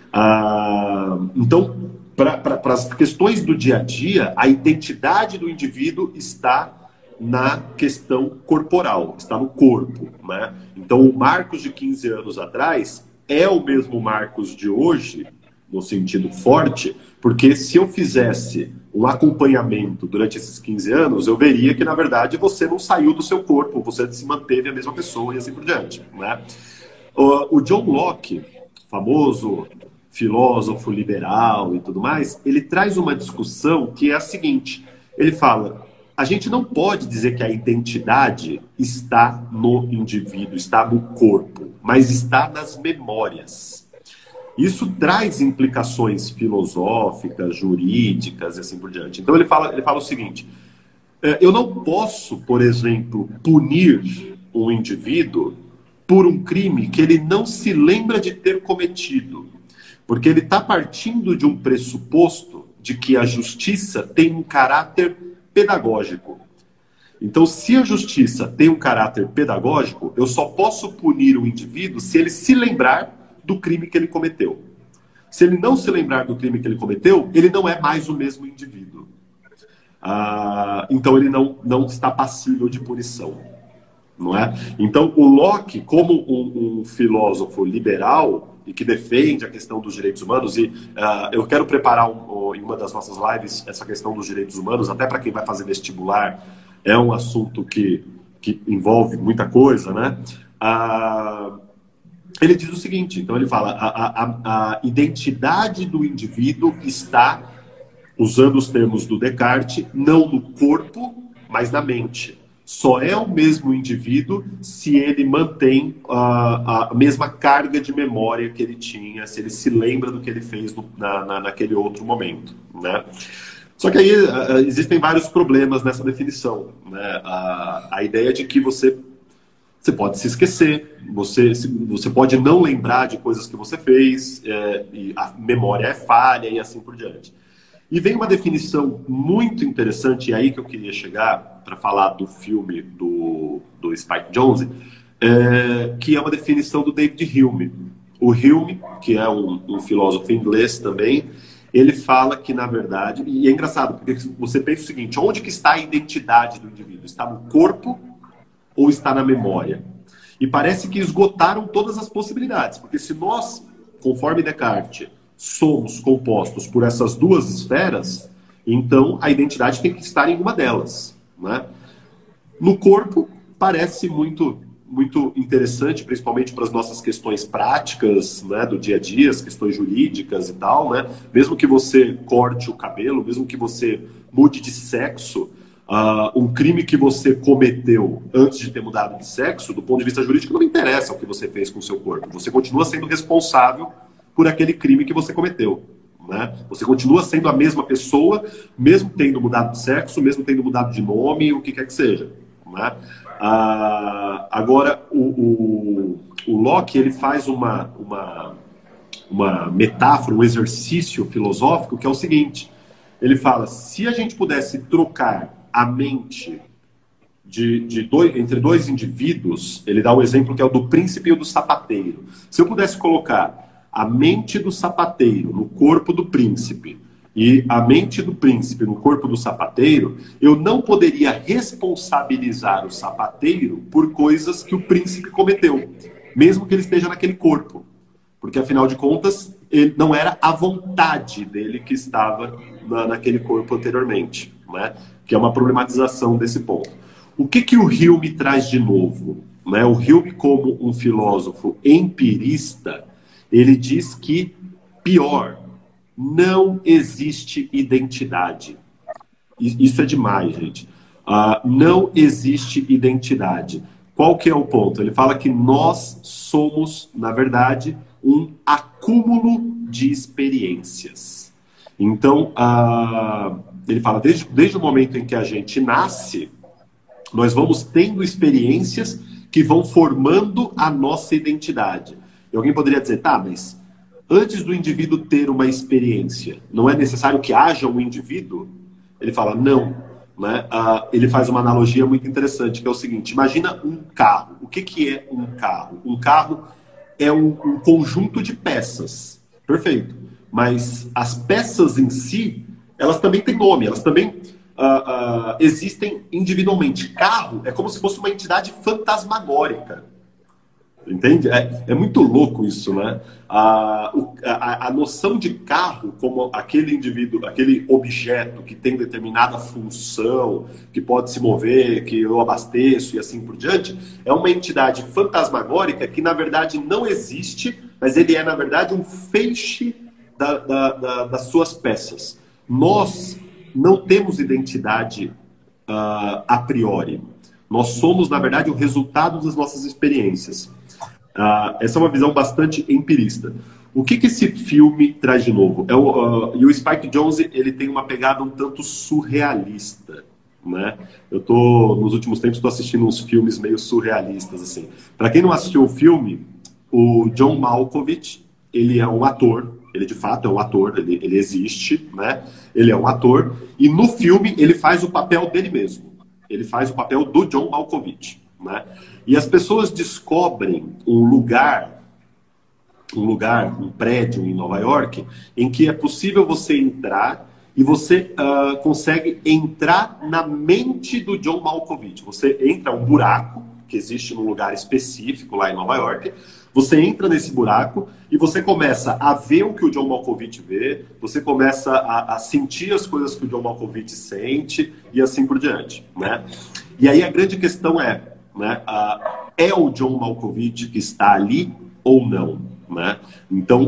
Então, para as questões do dia a dia, a identidade do indivíduo está na questão corporal, está no corpo, né? Então, o Marcos de 15 anos atrás é o mesmo Marcos de hoje, no sentido forte, porque se eu fizesse um acompanhamento durante esses 15 anos, eu veria que, na verdade, você não saiu do seu corpo, você se manteve a mesma pessoa e assim por diante, né? O John Locke, famoso filósofo liberal e tudo mais, ele traz uma discussão que é a seguinte, ele fala, a gente não pode dizer que a identidade está no indivíduo, está no corpo, mas está nas memórias. Isso traz implicações filosóficas, jurídicas e assim por diante. Então ele fala o seguinte, eu não posso, por exemplo, punir um indivíduo por um crime que ele não se lembra de ter cometido, porque ele está partindo de um pressuposto de que a justiça tem um caráter pedagógico. Então, se a justiça tem um caráter pedagógico, eu só posso punir o indivíduo se ele se lembrar do crime que ele cometeu. Se ele não se lembrar do crime que ele cometeu, ele não é mais o mesmo indivíduo. Então, ele não está passível de punição. Não é? Então, o Locke, como um filósofo liberal e que defende a questão dos direitos humanos, e eu quero preparar em uma das nossas lives essa questão dos direitos humanos, até para quem vai fazer vestibular, é um assunto que envolve muita coisa, né? Ele diz o seguinte, então ele fala, a identidade do indivíduo está, usando os termos do Descartes, não no corpo, mas na mente. Só é o mesmo indivíduo se ele mantém a mesma carga de memória que ele tinha, se ele se lembra do que ele fez naquele outro momento, né? Só que aí existem vários problemas nessa definição, né? A ideia de que você pode se esquecer, você pode não lembrar de coisas que você fez, e a memória é falha e assim por diante. E vem uma definição muito interessante, e aí que eu queria chegar para falar do filme do Spike Jonze, que é uma definição do David Hume. O Hume, que é um filósofo inglês também, ele fala que, na verdade, e é engraçado, porque você pensa o seguinte, onde que está a identidade do indivíduo? Está no corpo ou está na memória? E parece que esgotaram todas as possibilidades, porque se nós, conforme Descartes, somos compostos por essas duas esferas, então a identidade tem que estar em uma delas, né? No corpo parece muito muito interessante, principalmente para as nossas questões práticas, né, do dia a dia, as questões jurídicas e tal, né? Mesmo que você corte o cabelo, mesmo que você mude de sexo, um crime que você cometeu antes de ter mudado de sexo, do ponto de vista jurídico, não interessa o que você fez com o seu corpo. Você continua sendo responsável por aquele crime que você cometeu. Né? Você continua sendo a mesma pessoa, mesmo tendo mudado de sexo, mesmo tendo mudado de nome, o que quer que seja. Né? Agora, o Locke ele faz uma metáfora, um exercício filosófico que é o seguinte: ele fala, se a gente pudesse trocar a mente entre dois indivíduos, ele dá um exemplo que é o do príncipe e o do sapateiro. Se eu pudesse colocar a mente do sapateiro no corpo do príncipe e a mente do príncipe no corpo do sapateiro, eu não poderia responsabilizar o sapateiro por coisas que o príncipe cometeu, mesmo que ele esteja naquele corpo. Porque, afinal de contas, ele não era a vontade dele que estava naquele corpo anteriormente, né? Que é uma problematização desse ponto. O que o Hume traz de novo? Né? O Hume, como um filósofo empirista, ele diz que, pior, não existe identidade. Isso é demais, gente. Não existe identidade. Qual que é o ponto? Ele fala que nós somos, na verdade, um acúmulo de experiências. Então, ele fala, desde o momento em que a gente nasce, nós vamos tendo experiências que vão formando a nossa identidade. E alguém poderia dizer, tá, mas antes do indivíduo ter uma experiência, não é necessário que haja um indivíduo? Ele fala, não. Né? Ele faz uma analogia muito interessante, que é o seguinte, imagina um carro. O que é um carro? Um carro é um conjunto de peças. Perfeito. Mas as peças em si, elas também têm nome, elas também existem individualmente. Carro é como se fosse uma entidade fantasmagórica. Entende? É muito louco isso, né? A noção de carro como aquele indivíduo, aquele objeto que tem determinada função, que pode se mover, que eu abasteço e assim por diante, é uma entidade fantasmagórica que, na verdade, não existe, mas ele é, na verdade, um feixe das suas peças. Nós não temos identidade a priori. Nós somos, na verdade, o resultado das nossas experiências. Essa é uma visão bastante empirista. O que esse filme traz de novo? E o Spike Jonze, ele tem uma pegada um tanto surrealista, né? Nos últimos tempos, estou assistindo uns filmes meio surrealistas, assim. Para quem não assistiu o filme, o John Malkovich, ele é um ator, ele de fato é um ator, ele existe, né? Ele é um ator, e no filme ele faz o papel dele mesmo. Ele faz o papel do John Malkovich, né? E as pessoas descobrem um prédio em Nova York, em que é possível você entrar e você consegue entrar na mente do John Malkovich. Você entra um buraco que existe num lugar específico lá em Nova York, você entra nesse buraco e você começa a ver o que o John Malkovich vê, você começa a sentir as coisas que o John Malkovich sente e assim por diante, né? E aí a grande questão é, né, é o John Malkovich que está ali ou não, né? Então,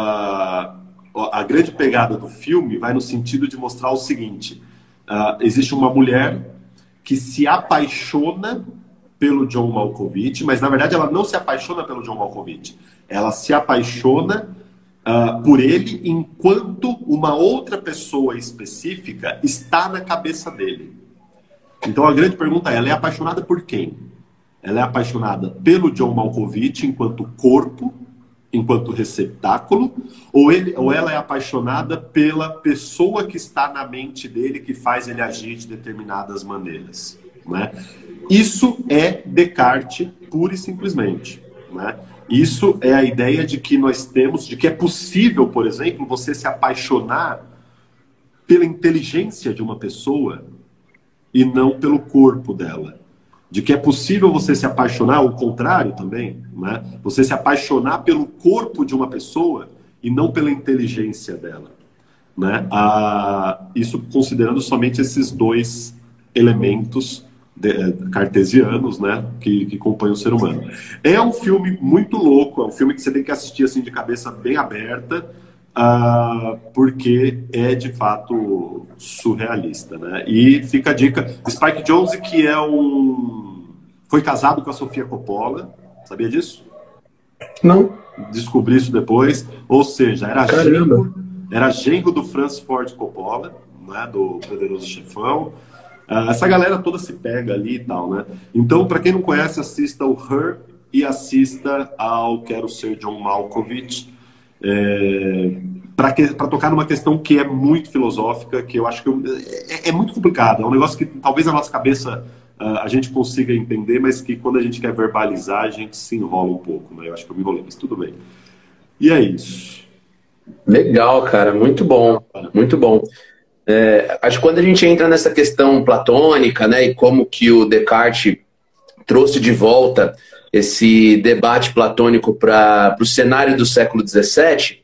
a grande pegada do filme vai no sentido de mostrar o seguinte, existe uma mulher que se apaixona pelo John Malkovich, mas na verdade ela não se apaixona pelo John Malkovich, ela se apaixona por ele enquanto uma outra pessoa específica está na cabeça dele. Então a grande pergunta é, ela é apaixonada por quem? Ela é apaixonada pelo John Malkovich enquanto corpo, enquanto receptáculo, ou ela é apaixonada pela pessoa que está na mente dele, que faz ele agir de determinadas maneiras, né? Isso é Descartes, pura e simplesmente, né? Isso é a ideia de que nós temos, de que é possível, por exemplo, você se apaixonar pela inteligência de uma pessoa e não pelo corpo dela. De que é possível você se apaixonar, o contrário também, né? Você se apaixonar pelo corpo de uma pessoa e não pela inteligência dela, né? Isso considerando somente esses dois elementos cartesianos, né, que compõem o ser humano. É um filme muito louco, é um filme que você tem que assistir assim de cabeça bem aberta, porque é de fato surrealista, né? E fica a dica, Spike Jonze, que foi casado com a Sofia Coppola, sabia disso? Não. Descobri isso depois, ou seja, era genro do Francis Ford Coppola, né, do Poderoso Chefão. Essa galera toda se pega ali e tal, né? Então, para quem não conhece, assista o Her e assista ao Quero Ser John Malkovich, para tocar numa questão que é muito filosófica, que eu acho que é muito complicado. É um negócio que talvez na nossa cabeça a gente consiga entender, mas que quando a gente quer verbalizar, a gente se enrola um pouco, né? Eu acho que eu me enrolei, mas tudo bem. E é isso. Legal, cara. Muito bom. Muito bom. Acho que quando a gente entra nessa questão platônica, né, e como que o Descartes trouxe de volta esse debate platônico para o cenário do século XVII,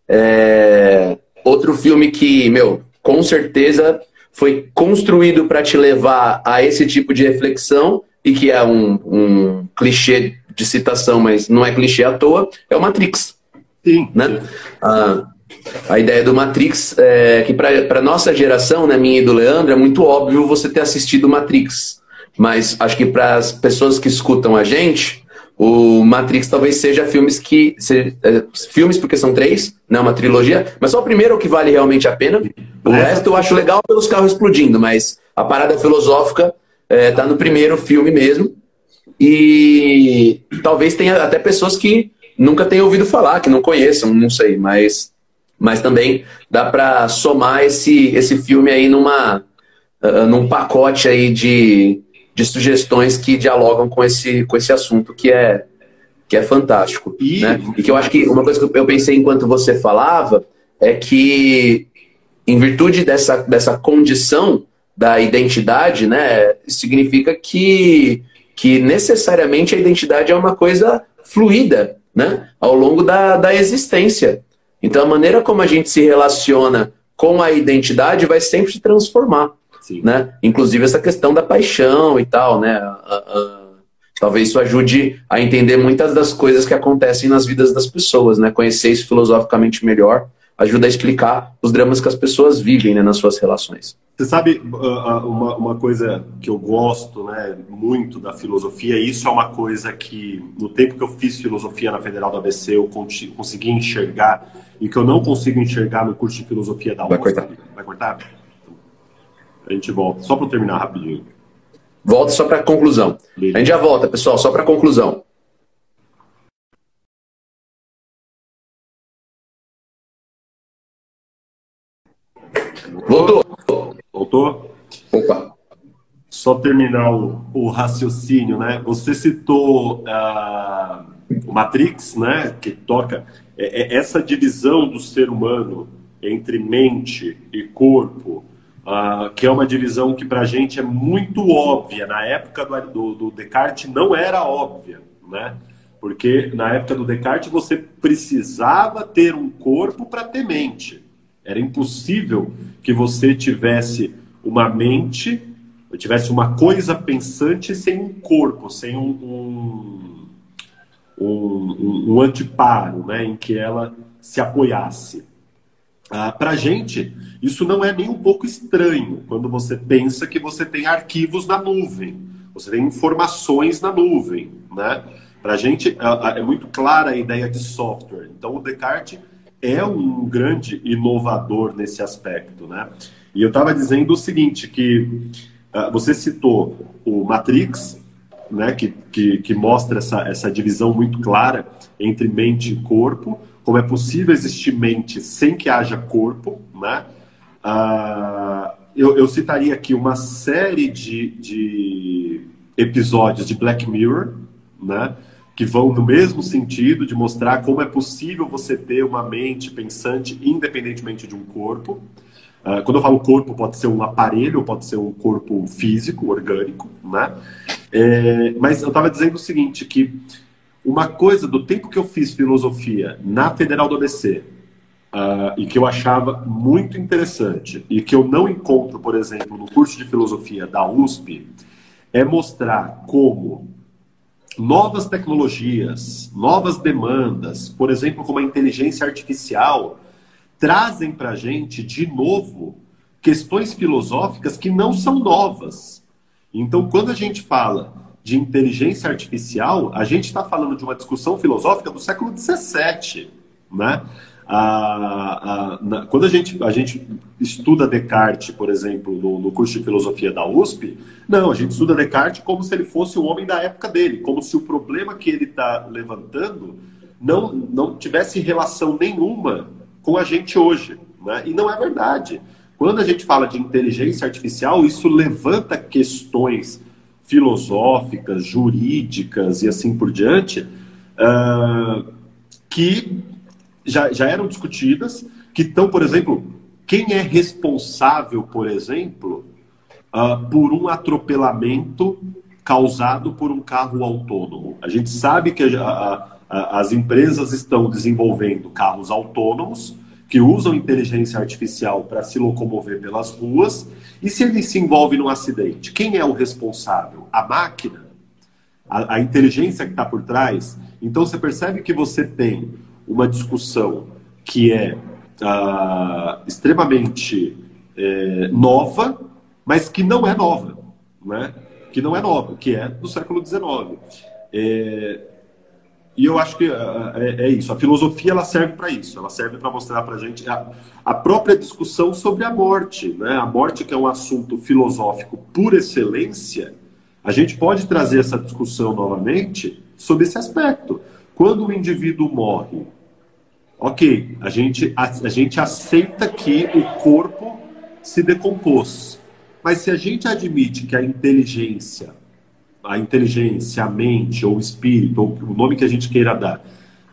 outro filme que, com certeza foi construído para te levar a esse tipo de reflexão, e que é um clichê de citação, mas não é clichê à toa, é o Matrix. Sim. Né? A ideia do Matrix é que para nossa geração, né, minha e do Leandro, é muito óbvio você ter assistido Matrix. Mas acho que para as pessoas que escutam a gente, o Matrix talvez seja filmes, porque são 3, né, uma trilogia, mas só o primeiro é o que vale realmente a pena. O resto eu acho legal pelos carros explodindo, mas a parada filosófica tá no primeiro filme mesmo. E talvez tenha até pessoas que nunca tenham ouvido falar, que não conheçam, não sei, mas também dá para somar esse filme aí num pacote aí de sugestões que dialogam com esse assunto que é fantástico. Né? E que eu acho que uma coisa que eu pensei enquanto você falava é que, em virtude dessa condição da identidade, né, significa que necessariamente a identidade é uma coisa fluida, né, ao longo da existência. Então, a maneira como a gente se relaciona com a identidade vai sempre se transformar. Né? Inclusive essa questão da paixão e tal, né? Talvez isso ajude a entender muitas das coisas que acontecem nas vidas das pessoas, né? Conhecer isso filosoficamente melhor ajuda a explicar os dramas que as pessoas vivem, né, nas suas relações. Você sabe uma coisa que eu gosto, né, muito da filosofia, e isso é uma coisa que no tempo que eu fiz filosofia na Federal do ABC eu consegui enxergar, e que eu não consigo enxergar no curso de filosofia da USP. Vai cortar? A gente volta, só para terminar rapidinho. Volta só para a conclusão. Beleza. A gente já volta, pessoal, só para a conclusão. Voltou? Opa. Só terminar o raciocínio, né? Você citou o Matrix, né? Que toca essa divisão do ser humano entre mente e corpo, que é uma divisão que para a gente é muito óbvia. Na época do Descartes não era óbvia, né? Porque na época do Descartes você precisava ter um corpo para ter mente. Era impossível que você tivesse uma mente, tivesse uma coisa pensante sem um corpo, sem um anteparo, né, em que ela se apoiasse. Para a gente, isso não é nem um pouco estranho quando você pensa que você tem arquivos na nuvem, você tem informações na nuvem, né? Para a gente é muito clara a ideia de software. Então o Descartes é um grande inovador nesse aspecto, né? E eu estava dizendo o seguinte, que você citou o Matrix, né, que mostra essa divisão muito clara entre mente e corpo, como é possível existir mente sem que haja corpo, né? Eu citaria aqui uma série de episódios de Black Mirror, né, que vão no mesmo sentido de mostrar como é possível você ter uma mente pensante independentemente de um corpo. Quando eu falo corpo, pode ser um aparelho, pode ser um corpo físico, orgânico, né? Mas eu estava dizendo o seguinte, que uma coisa do tempo que eu fiz filosofia na Federal do ABC, e que eu achava muito interessante, e que eu não encontro, por exemplo, no curso de filosofia da USP, é mostrar como novas tecnologias, novas demandas, por exemplo, como a inteligência artificial, trazem para a gente, de novo, questões filosóficas que não são novas. Então, quando a gente fala de inteligência artificial, a gente está falando de uma discussão filosófica do século XVII, né? Quando a gente estuda Descartes, por exemplo, no curso de filosofia da USP, não, a gente estuda Descartes como se ele fosse o homem da época dele, como se o problema que ele está levantando não tivesse relação nenhuma com a gente hoje, né? E não é verdade. Quando a gente fala de inteligência artificial, isso levanta questões filosóficas, jurídicas e assim por diante, que já eram discutidas, que estão, por exemplo, quem é responsável, por exemplo, por um atropelamento causado por um carro autônomo. A gente sabe que as empresas estão desenvolvendo carros autônomos que usam inteligência artificial para se locomover pelas ruas, e se ele se envolve num acidente, quem é o responsável? A máquina? A inteligência que está por trás? Então você percebe que você tem uma discussão que é extremamente nova, mas que não é nova, né? Que não é nova, que é do século XIX. E eu acho que é isso. A filosofia ela serve para isso. Ela serve para mostrar para a gente a própria discussão sobre a morte, né? A morte, que é um assunto filosófico por excelência, a gente pode trazer essa discussão novamente sobre esse aspecto. Quando o indivíduo morre, ok, a gente aceita que o corpo se decompôs. Mas se a gente admite que a inteligência, a mente, ou o espírito, ou o nome que a gente queira dar,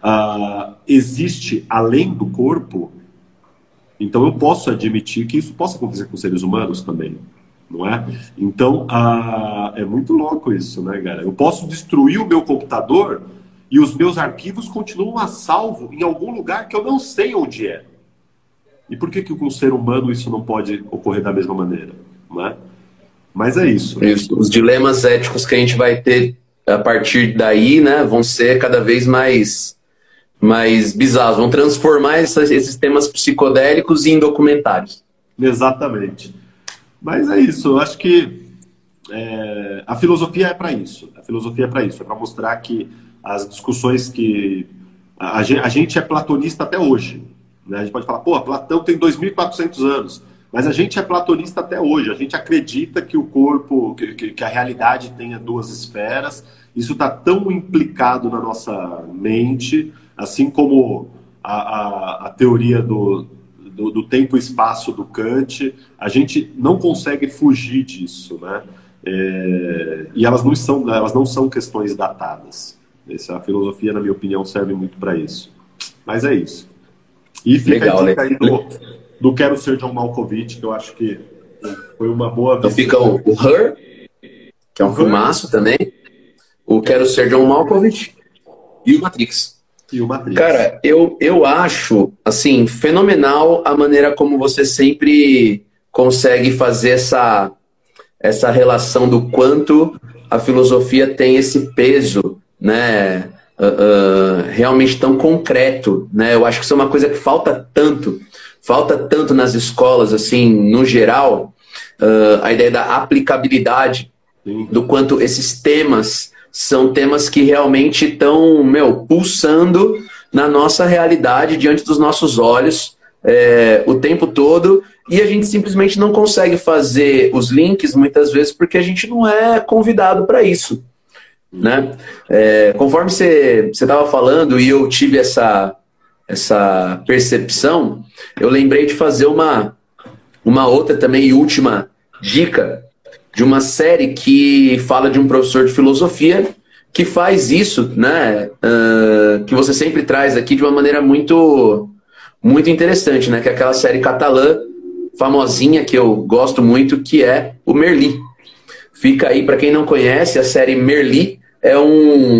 existe além do corpo, então eu posso admitir que isso possa acontecer com seres humanos também, não é? Então, é muito louco isso, né, cara? Eu posso destruir o meu computador e os meus arquivos continuam a salvo em algum lugar que eu não sei onde é. E por que com o ser humano isso não pode ocorrer da mesma maneira, não é? Mas é isso. Os dilemas éticos que a gente vai ter a partir daí, né, vão ser cada vez mais bizarros, vão transformar esses temas psicodélicos em documentários. Exatamente. Mas é isso, eu acho que a filosofia é para isso. A filosofia é para isso, é para mostrar que as discussões que... A gente é platonista até hoje, né? A gente pode falar, pô, Platão tem 2.400 anos. Mas a gente é platonista até hoje. A gente acredita que o corpo, que a realidade tenha duas esferas. Isso está tão implicado na nossa mente, assim como a teoria do tempo e espaço do Kant. A gente não consegue fugir disso, né? E elas não são questões datadas. A filosofia, na minha opinião, serve muito para isso. Mas é isso. E fica aí do Quero Ser John Malkovich, que eu acho que foi uma boa visão. Então fica o Her, que é um filmaço também, o Quero Ser John Malkovich e o Matrix. Cara, eu acho, assim, fenomenal a maneira como você sempre consegue fazer essa relação do quanto a filosofia tem esse peso, né, realmente tão concreto, né? Eu acho que isso é uma coisa que falta tanto nas escolas, assim, no geral, a ideia da aplicabilidade, do quanto esses temas são temas que realmente estão, pulsando na nossa realidade, diante dos nossos olhos, o tempo todo, e a gente simplesmente não consegue fazer os links, muitas vezes, porque a gente não é convidado para isso, né? Conforme você estava falando, e eu tive essa percepção, eu lembrei de fazer uma outra também e última dica de uma série que fala de um professor de filosofia que faz isso, né? Que você sempre traz aqui de uma maneira muito, muito interessante, né? Que é aquela série catalã famosinha que eu gosto muito, que é o Merli. Fica aí, para quem não conhece, a série Merli é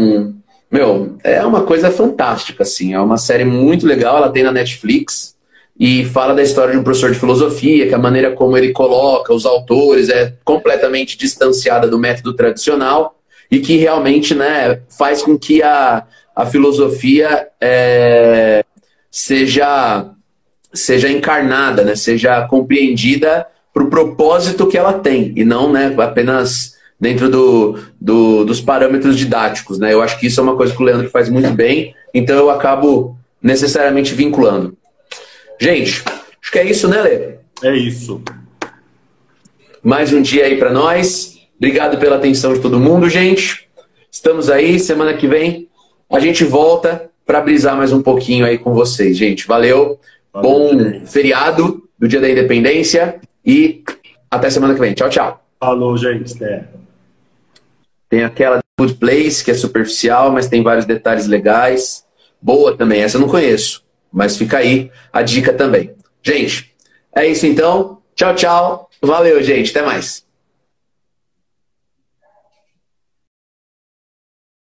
uma coisa fantástica, assim. É uma série muito legal, ela tem na Netflix. e fala da história de um professor de filosofia, que a maneira como ele coloca os autores é completamente distanciada do método tradicional e que realmente, né, faz com que a filosofia seja encarnada, né, seja compreendida para o propósito que ela tem e não, né, apenas dentro dos parâmetros didáticos. Né? Eu acho que isso é uma coisa que o Leandro faz muito bem, então eu acabo necessariamente vinculando. Gente, acho que é isso, né, Lê? É isso. Mais um dia aí para nós. Obrigado pela atenção de todo mundo, gente. Estamos aí, semana que vem a gente volta para brisar mais um pouquinho aí com vocês, gente. Valeu. Bom gente. feriado do Dia da Independência e até semana que vem. Tchau, tchau. Falou, gente. Até. Tem aquela Good Place, que é superficial, mas tem vários detalhes legais. Boa também, essa eu não conheço. Mas fica aí a dica também. Gente, é isso então. Tchau, tchau. Valeu, gente. Até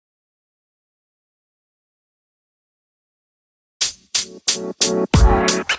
mais.